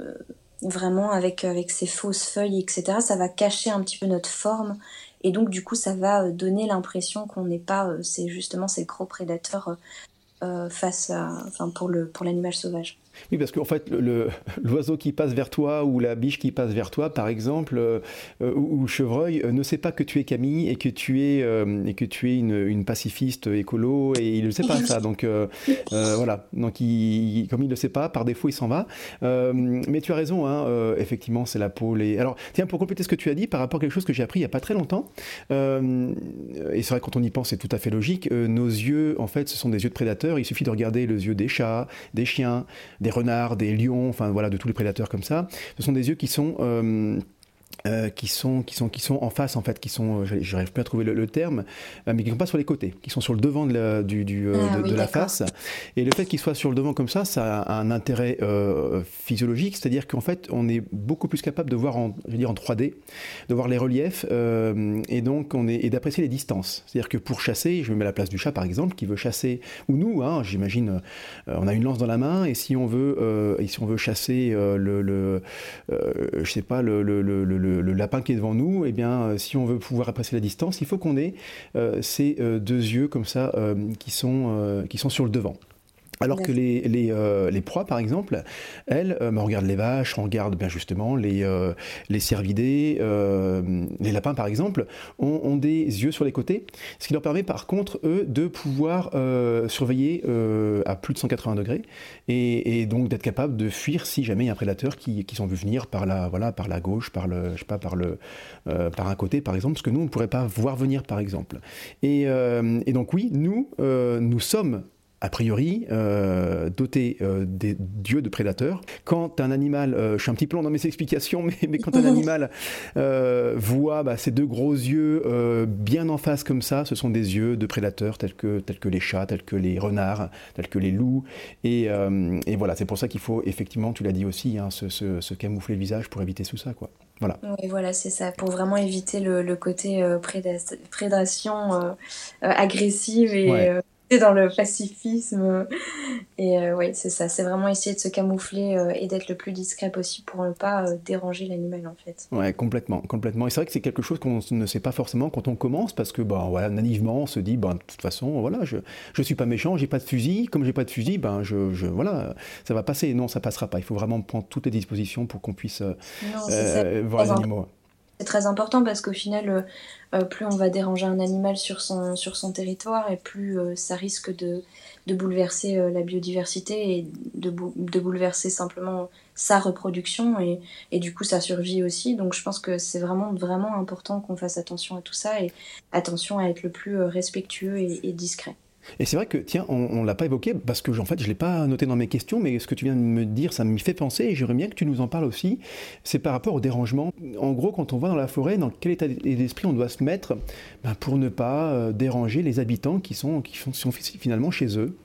vraiment avec, avec ces fausses feuilles, et cetera, ça va cacher un petit peu notre forme. Et donc, du coup, ça va euh, donner l'impression qu'on n'est pas, euh, c'est justement ces gros prédateurs euh, face à, enfin, pour le, pour l'animal sauvage. Oui, parce qu'en fait, le, le- l'oiseau qui passe vers toi ou la biche qui passe vers toi, par exemple, euh, euh, ou, ou le chevreuil, euh, ne sait pas que tu es Camille et que tu es, euh, et que tu es une, une pacifiste écolo, et il ne sait pas ça. Donc euh, euh, voilà, donc il, il- comme il ne le sait pas, par défaut, il s'en va. Euh, mais tu as raison, hein, euh, effectivement, c'est la peau. Les... Alors, tiens, pour compléter ce que tu as dit, par rapport à quelque chose que j'ai appris il n'y a pas très longtemps, euh, et c'est vrai, quand on y pense, c'est tout à fait logique, euh, nos yeux, en fait, ce sont des yeux de prédateurs. Il suffit de regarder les yeux des chats, des chiens, des renards, des lions, enfin voilà, de tous les prédateurs comme ça. Ce sont des yeux qui sont euh, euh, qui sont qui sont qui sont en face en fait, qui sont, euh, j'arrive plus à trouver le, le terme, euh, mais qui ne sont pas sur les côtés, qui sont sur le devant de la, du, du, euh, Ah de, oui, de la d'accord. face. Et le fait qu'ils soient sur le devant comme ça, ça a un intérêt euh, physiologique, c'est-à-dire qu'en fait, on est beaucoup plus capable de voir en, je veux dire, en trois D, de voir les reliefs, euh, et donc on est et d'apprécier les distances. C'est-à-dire que pour chasser, je me mets à la place du chat par exemple, qui veut chasser, ou nous, hein, j'imagine, euh, on a une lance dans la main, et si on veut, euh, et si on veut chasser euh, le, le euh, je sais pas, le, le, le, le, le lapin qui est devant nous, eh bien, euh, si on veut pouvoir apprécier la distance, il faut qu'on ait euh, ces euh, deux yeux comme ça euh, qui, sont, euh, qui sont sur le devant. Alors que D'accord. les, les, euh, les proies, par exemple, elles, euh, on regarde les vaches, on regarde bien justement les, euh, les cervidés, euh, les lapins, par exemple, ont, ont des yeux sur les côtés, ce qui leur permet, par contre, eux, de pouvoir euh, surveiller euh, à plus de cent quatre-vingts degrés, et, et donc d'être capable de fuir si jamais il y a un prédateur qui, qui sont vu venir par la, voilà, par la gauche, par, le, je sais pas, par, le, euh, par un côté, par exemple, ce que nous, on ne pourrait pas voir venir, par exemple. Et, euh, et donc oui, nous, euh, nous sommes a priori, euh, doté euh, des dieux de prédateurs. Quand un animal, euh, je suis un petit peu long dans mes explications, mais, mais quand un animal euh, voit bah, ces deux gros yeux euh, bien en face comme ça, ce sont des yeux de prédateurs tels que, tels que les chats, tels que les renards, tels que les loups. Et, euh, et voilà, c'est pour ça qu'il faut effectivement, tu l'as dit aussi, hein, se, se, se camoufler le visage pour éviter tout ça, quoi. Voilà. Oui, voilà, c'est ça, pour vraiment éviter le, le côté euh, prédas- prédation euh, euh, agressive, et Ouais. euh, dans le pacifisme. Et euh, oui, c'est ça, c'est vraiment essayer de se camoufler euh, et d'être le plus discret possible pour ne pas euh, déranger l'animal en fait. Ouais, complètement, complètement. Et c'est vrai que c'est quelque chose qu'on ne sait pas forcément quand on commence, parce que, ben, voilà, naïvement, on se dit, ben, de toute façon, voilà, je, je suis pas méchant, j'ai pas de fusil, comme j'ai pas de fusil, ben, je, je, voilà, ça va passer. Non, ça passera pas. Il faut vraiment prendre toutes les dispositions pour qu'on puisse euh, Non, c'est ça. euh, voir les animaux. C'est très important parce qu'au final, euh, euh, plus on va déranger un animal sur son, sur son territoire, et plus euh, ça risque de, de bouleverser euh, la biodiversité, et de, bou- de bouleverser simplement sa reproduction, et, et du coup sa survie aussi. Donc je pense que c'est vraiment, vraiment important qu'on fasse attention à tout ça, et attention à être le plus euh, respectueux et, et discret. Et c'est vrai que, tiens, on ne l'a pas évoqué, parce que, en fait, je ne l'ai pas noté dans mes questions, mais ce que tu viens de me dire, ça m'y fait penser, et j'aimerais bien que tu nous en parles aussi. C'est par rapport au dérangement. En gros, quand on va dans la forêt, dans quel état d'esprit on doit se mettre, ben, pour ne pas euh, déranger les habitants qui sont, qui sont, sont finalement chez eux.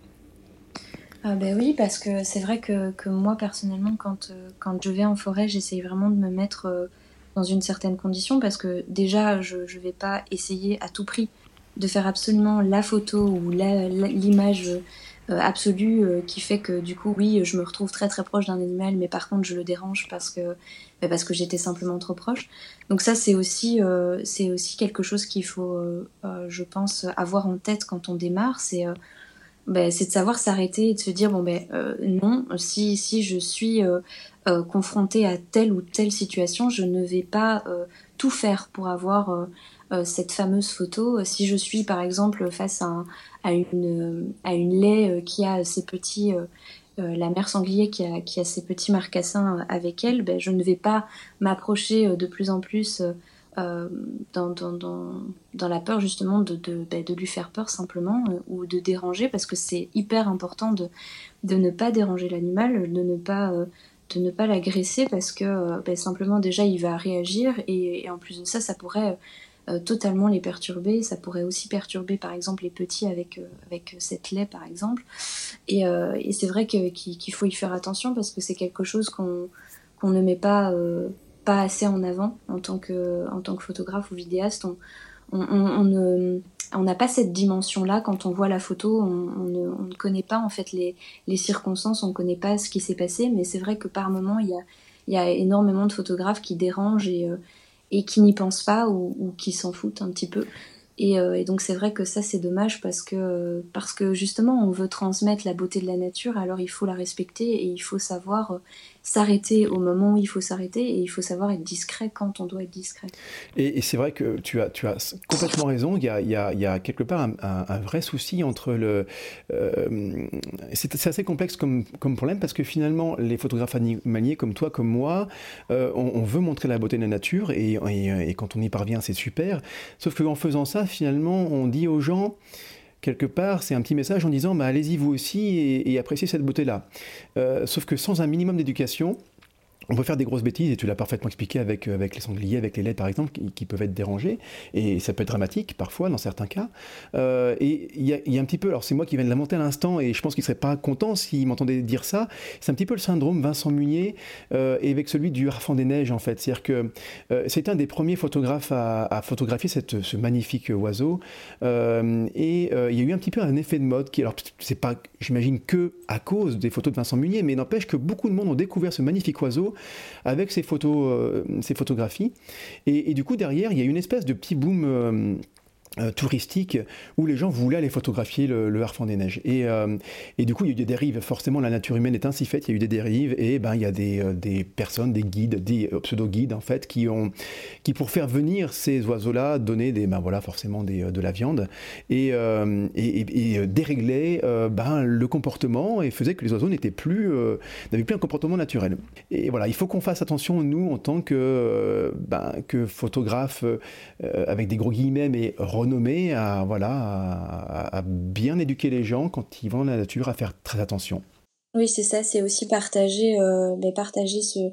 Ah ben oui, parce que c'est vrai que, que moi personnellement, quand, euh, quand je vais en forêt, j'essaye vraiment de me mettre euh, dans une certaine condition, parce que déjà, je ne vais pas essayer à tout prix de faire absolument la photo ou la, la- l'image euh, absolue euh, qui fait que du coup, oui, je me retrouve très très proche d'un animal, mais par contre, je le dérange parce que, bah, parce que j'étais simplement trop proche. Donc ça, c'est aussi, euh, c'est aussi quelque chose qu'il faut, euh, euh, je pense, avoir en tête quand on démarre. C'est euh, ben, c'est de savoir s'arrêter et de se dire bon ben euh, non, si, si je suis euh, euh, confrontée à telle ou telle situation, je ne vais pas euh, tout faire pour avoir euh, euh, cette fameuse photo. Si je suis par exemple face à, un- à une, à une laie euh, qui a ses petits, euh, euh, la mère sanglier qui a, qui a ses petits marcassins euh, avec elle, ben, je ne vais pas m'approcher euh, de plus en plus euh, euh, dans, dans, dans, dans la peur justement de, de, bah, de lui faire peur simplement euh, ou de déranger parce que c'est hyper important de, de ne pas déranger l'animal, de ne pas, euh, de ne pas l'agresser parce que euh, bah, simplement déjà il va réagir et, et en plus de ça ça pourrait euh, totalement les perturber, ça pourrait aussi perturber par exemple les petits avec, euh, avec cette lait par exemple et, euh, et c'est vrai que, qu'il, qu'il faut y faire attention parce que c'est quelque chose qu'on, qu'on ne met pas, euh, pas assez en avant en tant que, en tant que photographe ou vidéaste. On, on, on, on ne, on n'a pas cette dimension-là quand on voit la photo. On, on, ne, on ne connaît pas en fait les, les circonstances, on ne connaît pas ce qui s'est passé, mais c'est vrai que par moment il y a, il y a énormément de photographes qui dérangent et, euh, et qui n'y pensent pas ou, ou qui s'en foutent un petit peu. Et, euh, et donc c'est vrai que ça c'est dommage parce que, parce que justement on veut transmettre la beauté de la nature, alors il faut la respecter et il faut savoir euh, s'arrêter au moment où il faut s'arrêter et il faut savoir être discret quand on doit être discret. Et, et c'est vrai que tu as, tu as complètement raison. Il y a, il y a, il y a quelque part un, un, un vrai souci entre le. Euh, c'est, c'est assez complexe comme, comme problème parce que finalement, les photographes animaliers comme toi, comme moi, euh, on, on veut montrer la beauté de la nature et, et, et quand on y parvient, c'est super. Sauf qu'en faisant ça, finalement, on dit aux gens. Quelque part, c'est un petit message en disant bah, allez-y vous aussi et, et appréciez cette beauté-là. Euh, sauf que sans un minimum d'éducation, on peut faire des grosses bêtises, et tu l'as parfaitement expliqué avec, euh, avec les sangliers, avec les laides par exemple, qui, qui peuvent être dérangés, et ça peut être dramatique parfois dans certains cas. Euh, et il y, y a un petit peu, alors c'est moi qui viens de l'inventer à l'instant, et je pense qu'il ne serait pas content s'il m'entendait dire ça, c'est un petit peu le syndrome Vincent Munier, euh, et avec celui du Harfang des Neiges en fait. C'est-à-dire que euh, c'est un des premiers photographes à, à photographier cette, ce magnifique oiseau, euh, et euh, il y a eu un petit peu un effet de mode, qui, alors c'est pas, j'imagine, que à cause des photos de Vincent Munier, mais n'empêche que beaucoup de monde ont découvert ce magnifique oiseau avec ces photos, euh, ces photographies. Et, et, du coup, derrière, il y a une espèce de petit boom euh, euh, touristique où les gens voulaient aller photographier le, le Harfang des Neiges. Et, euh, et du coup, il y a eu des dérives. Forcément, la nature humaine est ainsi faite. Il y a eu des dérives et ben, il y a des, euh, des personnes, des guides, des euh, pseudo-guides en fait, qui ont, qui pour faire venir ces oiseaux-là, donnaient des, ben voilà, forcément des, de la viande et, euh, et, et, et déréglaient euh, ben, le comportement et faisaient que les oiseaux n'étaient plus, euh, n'avaient plus un comportement naturel. Et voilà, il faut qu'on fasse attention nous en tant que, euh, ben, que photographes euh, avec des gros guillemets, mais renommé à, voilà, à, à bien éduquer les gens quand ils vont dans la nature, à faire très attention. Oui, c'est ça, c'est aussi partager, euh, ben, partager ce,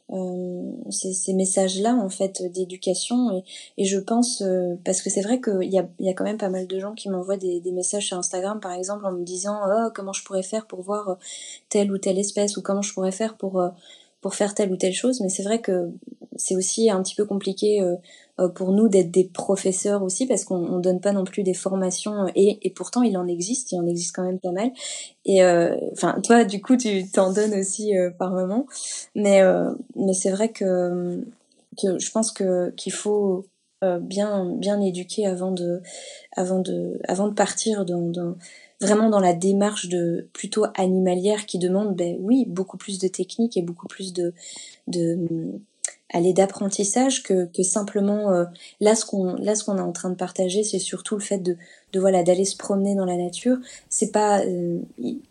euh, ces, ces messages-là en fait d'éducation et, et je pense euh, parce que c'est vrai qu'il y a, il y a quand même pas mal de gens qui m'envoient des, des messages sur Instagram par exemple en me disant oh, comment je pourrais faire pour voir telle ou telle espèce ou comment je pourrais faire pour euh, pour faire telle ou telle chose, mais c'est vrai que c'est aussi un petit peu compliqué euh, euh, pour nous d'être des professeurs aussi parce qu'on on donne pas non plus des formations et, et pourtant il en existe, il en existe quand même pas mal. Et euh, enfin toi du coup tu t'en donnes aussi euh, par moment, mais euh, mais c'est vrai que que je pense que qu'il faut euh, bien bien éduquer avant de avant de avant de partir dans, dans vraiment dans la démarche de plutôt animalière qui demande ben oui beaucoup plus de technique et beaucoup plus de de aller d'apprentissage que, que simplement euh, là ce qu'on là ce qu'on est en train de partager c'est surtout le fait de, de voilà d'aller se promener dans la nature c'est pas euh,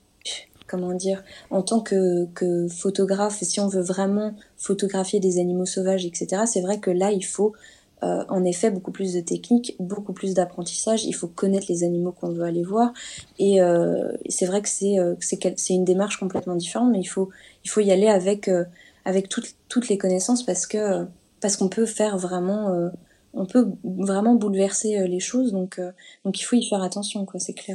comment dire en tant que, que photographe si on veut vraiment photographier des animaux sauvages etc c'est vrai que là il faut euh, en effet beaucoup plus de technique beaucoup plus d'apprentissage il faut connaître les animaux qu'on veut aller voir et, euh, et c'est vrai que c'est euh, que c'est, c'est une démarche complètement différente mais il faut il faut y aller avec euh, avec toutes, toutes les connaissances parce que parce qu'on peut faire vraiment euh, on peut vraiment bouleverser euh, les choses donc euh, donc il faut y faire attention quoi c'est clair.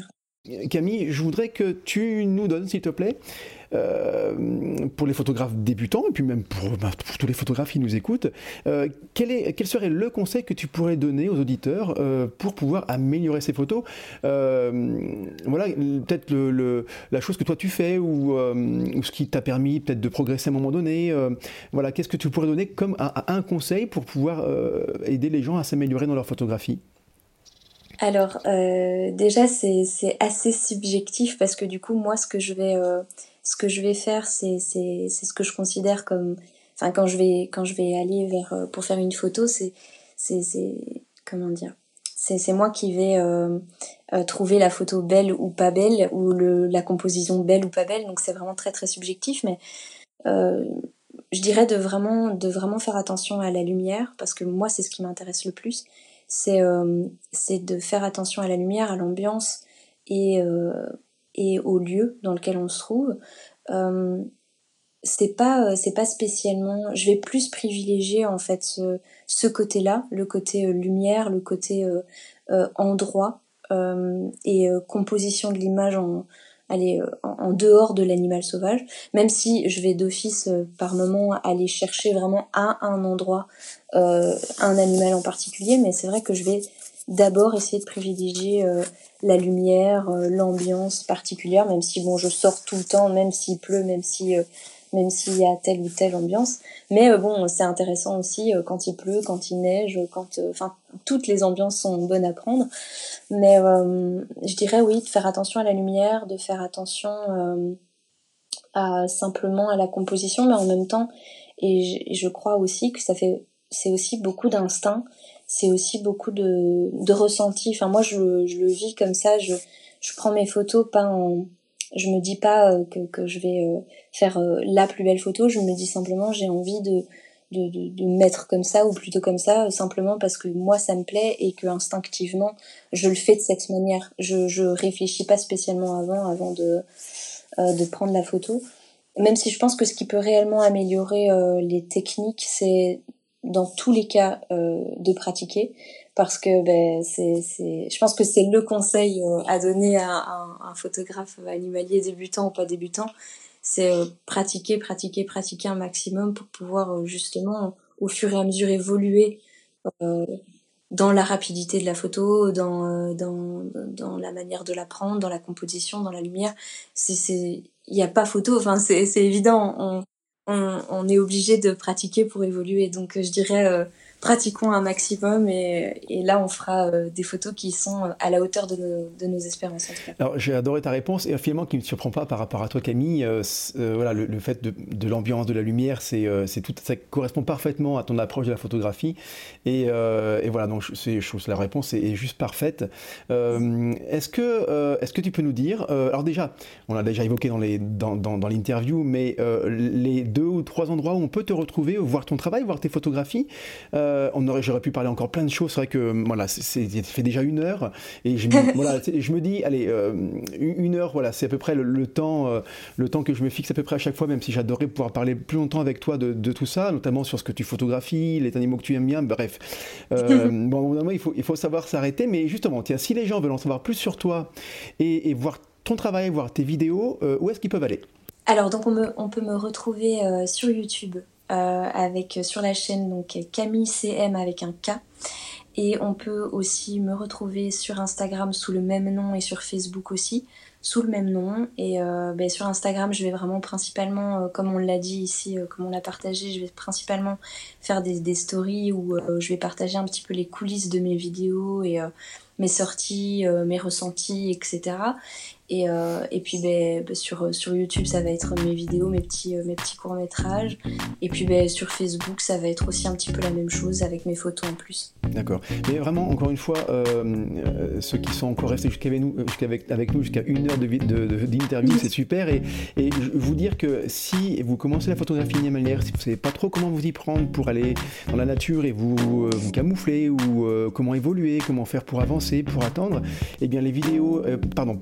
Camille, je voudrais que tu nous donnes, s'il te plaît, euh, pour les photographes débutants, et puis même pour, bah, pour tous les photographes qui nous écoutent, euh, quel, est, quel serait le conseil que tu pourrais donner aux auditeurs euh, pour pouvoir améliorer ces photos euh, voilà, peut-être le, le, la chose que toi tu fais, ou, euh, ou ce qui t'a permis peut-être de progresser à un moment donné. Euh, voilà, qu'est-ce que tu pourrais donner comme un, un conseil pour pouvoir euh, aider les gens à s'améliorer dans leur photographie? Alors, euh, déjà, c'est, c'est assez subjectif parce que du coup, moi, ce que je vais, euh, ce que je vais faire, c'est, c'est, c'est ce que je considère comme, enfin, quand je vais, quand je vais aller vers, euh, pour faire une photo, c'est, c'est, c'est, comment dire, c'est, c'est moi qui vais euh, euh, trouver la photo belle ou pas belle, ou le, la composition belle ou pas belle. Donc, c'est vraiment très, très subjectif, mais euh, je dirais de vraiment, de vraiment faire attention à la lumière parce que moi, c'est ce qui m'intéresse le plus. C'est, euh, c'est de faire attention à la lumière, à l'ambiance et, euh, et au lieu dans lequel on se trouve. Euh, c'est pas, euh, c'est pas spécialement. Je vais plus privilégier en fait ce, ce côté-là, le côté euh, lumière, le côté euh, euh, endroit euh, et euh, composition de l'image en, aller euh, en, en dehors de l'animal sauvage. Même si je vais d'office euh, par moment aller chercher vraiment à un endroit euh, un animal en particulier, mais c'est vrai que je vais d'abord essayer de privilégier euh, la lumière, euh, l'ambiance particulière, même si bon, je sors tout le temps, même s'il pleut, même si euh, même s'il y a telle ou telle ambiance. Mais euh, bon, c'est intéressant aussi euh, quand il pleut, quand il neige, quand, enfin, euh, toutes les ambiances sont bonnes à prendre. Mais euh, je dirais oui, de faire attention à la lumière, de faire attention euh, à simplement à la composition, mais en même temps, et je, et je crois aussi que ça fait, c'est aussi beaucoup d'instinct, c'est aussi beaucoup de, de ressenti. Enfin moi, je, je le vis comme ça. Je, je prends mes photos pas en je me dis pas euh, que, que je vais euh, faire euh, la plus belle photo, je me dis simplement j'ai envie de, de, de, de me mettre comme ça ou plutôt comme ça, euh, simplement parce que moi ça me plaît et que instinctivement je le fais de cette manière. Je, je réfléchis pas spécialement avant, avant de, euh, de prendre la photo. Même si je pense que ce qui peut réellement améliorer euh, les techniques, c'est dans tous les cas euh, de pratiquer, parce que ben c'est c'est je pense que c'est le conseil euh, à donner à, à un photographe animalier débutant ou pas débutant, c'est euh, pratiquer pratiquer pratiquer un maximum pour pouvoir euh, justement au fur et à mesure évoluer euh, dans la rapidité de la photo, dans euh, dans dans la manière de la prendre, dans la composition, dans la lumière. C'est c'est il y a pas photo, enfin c'est c'est évident, on on, on est obligé de pratiquer pour évoluer. Donc je dirais euh, pratiquons un maximum et, et là on fera euh, des photos qui sont à la hauteur de nos, de nos espérances en tout cas. Alors j'ai adoré ta réponse et finalement qui ne me surprend pas par rapport à toi Camille, euh, euh, voilà, le, le fait de, de l'ambiance, de la lumière, c'est, euh, c'est tout, ça correspond parfaitement à ton approche de la photographie et, euh, et voilà, donc c'est, je trouve que la réponse est, est juste parfaite. Euh, est-ce, que, euh, est-ce que tu peux nous dire, euh, alors déjà, on l'a déjà évoqué dans, les, dans, dans, dans l'interview, mais euh, les deux ou trois endroits où on peut te retrouver, voir ton travail, voir tes photographies, euh, on aurait, j'aurais pu parler encore plein de choses, c'est vrai que voilà, c'est, c'est, ça fait déjà une heure et je, voilà, je me dis, allez, euh, une heure, voilà, c'est à peu près le, le temps, euh, le temps que je me fixe à peu près à chaque fois, même si j'adorerais pouvoir parler plus longtemps avec toi de, de tout ça, notamment sur ce que tu photographies, les animaux que tu aimes bien, bref. Euh, bon, au bout d'un moment, il faut, il faut savoir s'arrêter, mais justement, tiens, si les gens veulent en savoir plus sur toi et, et voir ton travail, voir tes vidéos, euh, où est-ce qu'ils peuvent aller? Alors donc on, me, on peut me retrouver euh, sur YouTube euh, avec sur la chaîne donc Camille C M avec un K. Et on peut aussi me retrouver sur Instagram sous le même nom et sur Facebook aussi sous le même nom. Et euh, ben, sur Instagram, je vais vraiment principalement, euh, comme on l'a dit ici, euh, comme on l'a partagé, je vais principalement faire des, des stories où euh, je vais partager un petit peu les coulisses de mes vidéos et euh, mes sorties, euh, mes ressentis, et cetera. Et, euh, et puis ben, ben, sur, sur YouTube, ça va être mes vidéos, mes petits, euh, mes petits courts-métrages. Et puis ben, sur Facebook, ça va être aussi un petit peu la même chose avec mes photos en plus. D'accord. Mais vraiment, encore une fois, euh, euh, ceux qui sont encore restés jusqu'avec nous, jusqu'avec, avec nous jusqu'à une heure de, de, de, d'interview, c'est super. Et, et je vous dire que si vous commencez la photographie animalière, si vous ne savez pas trop comment vous y prendre pour aller dans la nature et vous, euh, vous camoufler ou euh, comment évoluer, comment faire pour avancer, pour attendre, eh bien les vidéos, euh, pardon,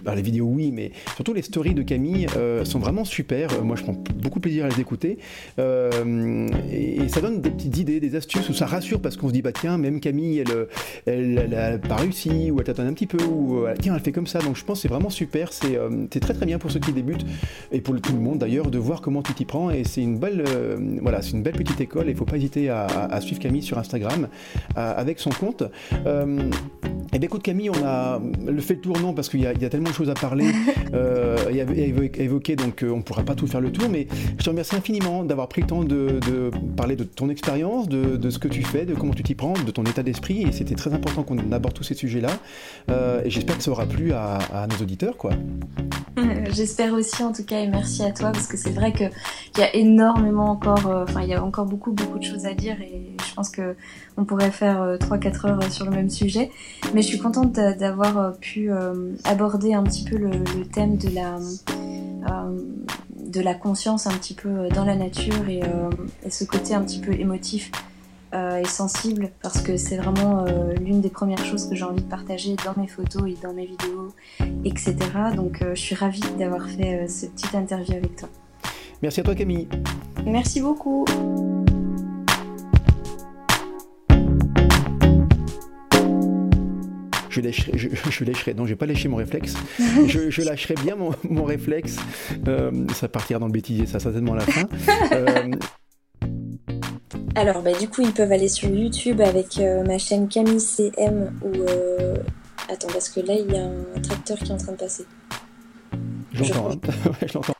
Alors les vidéos oui, mais surtout les stories de Camille euh, sont vraiment super. Euh, moi je prends beaucoup plaisir à les écouter. Euh, et, et ça donne des petites idées, des astuces, où ça rassure parce qu'on se dit bah tiens, même Camille elle, elle, elle a pas réussi, ou elle tâtonne un petit peu, ou euh, tiens elle fait comme ça. Donc je pense que c'est vraiment super. C'est, euh, c'est très très bien pour ceux qui débutent et pour tout le monde d'ailleurs de voir comment tu t'y prends. Et c'est une belle, euh, voilà, c'est une belle petite école. Et il faut pas hésiter à, à, à suivre Camille sur Instagram à, avec son compte. Euh, et bien écoute Camille, on a le fait le tour non parce qu'il y a, il y a tellement de choses à parler euh, et à évoquer, donc euh, on ne pourra pas tout faire le tour, mais je te remercie infiniment d'avoir pris le temps de, de parler de ton expérience, de, de ce que tu fais, de comment tu t'y prends, de ton état d'esprit, et c'était très important qu'on aborde tous ces sujets-là, euh, et j'espère que ça aura plu à, à nos auditeurs, quoi. J'espère aussi en tout cas, et merci à toi parce que c'est vrai qu'il y a énormément encore, enfin euh, il y a encore beaucoup beaucoup de choses à dire et je pense qu'on pourrait faire euh, trois quatre heures sur le même sujet, mais je suis contente d'avoir pu euh, aborder un petit peu le, le thème de la, euh, de la conscience un petit peu dans la nature et, euh, et ce côté un petit peu émotif euh, et sensible parce que c'est vraiment euh, l'une des premières choses que j'ai envie de partager dans mes photos et dans mes vidéos, et cetera. Donc euh, je suis ravie d'avoir fait euh, cette petite interview avec toi. Merci à toi Camille. Merci beaucoup. Je lâcherai, je, je lâcherai, non, je vais pas lâcher mon réflexe. Je, je lâcherai bien mon, mon réflexe. Euh, ça partira dans le bêtisier, ça certainement à la fin. Euh... Alors, bah, du coup, ils peuvent aller sur YouTube avec euh, ma chaîne Camille C M ou. Euh... Attends, parce que là, il y a un tracteur qui est en train de passer. J'entends, je, hein. Ouais, je l'entends.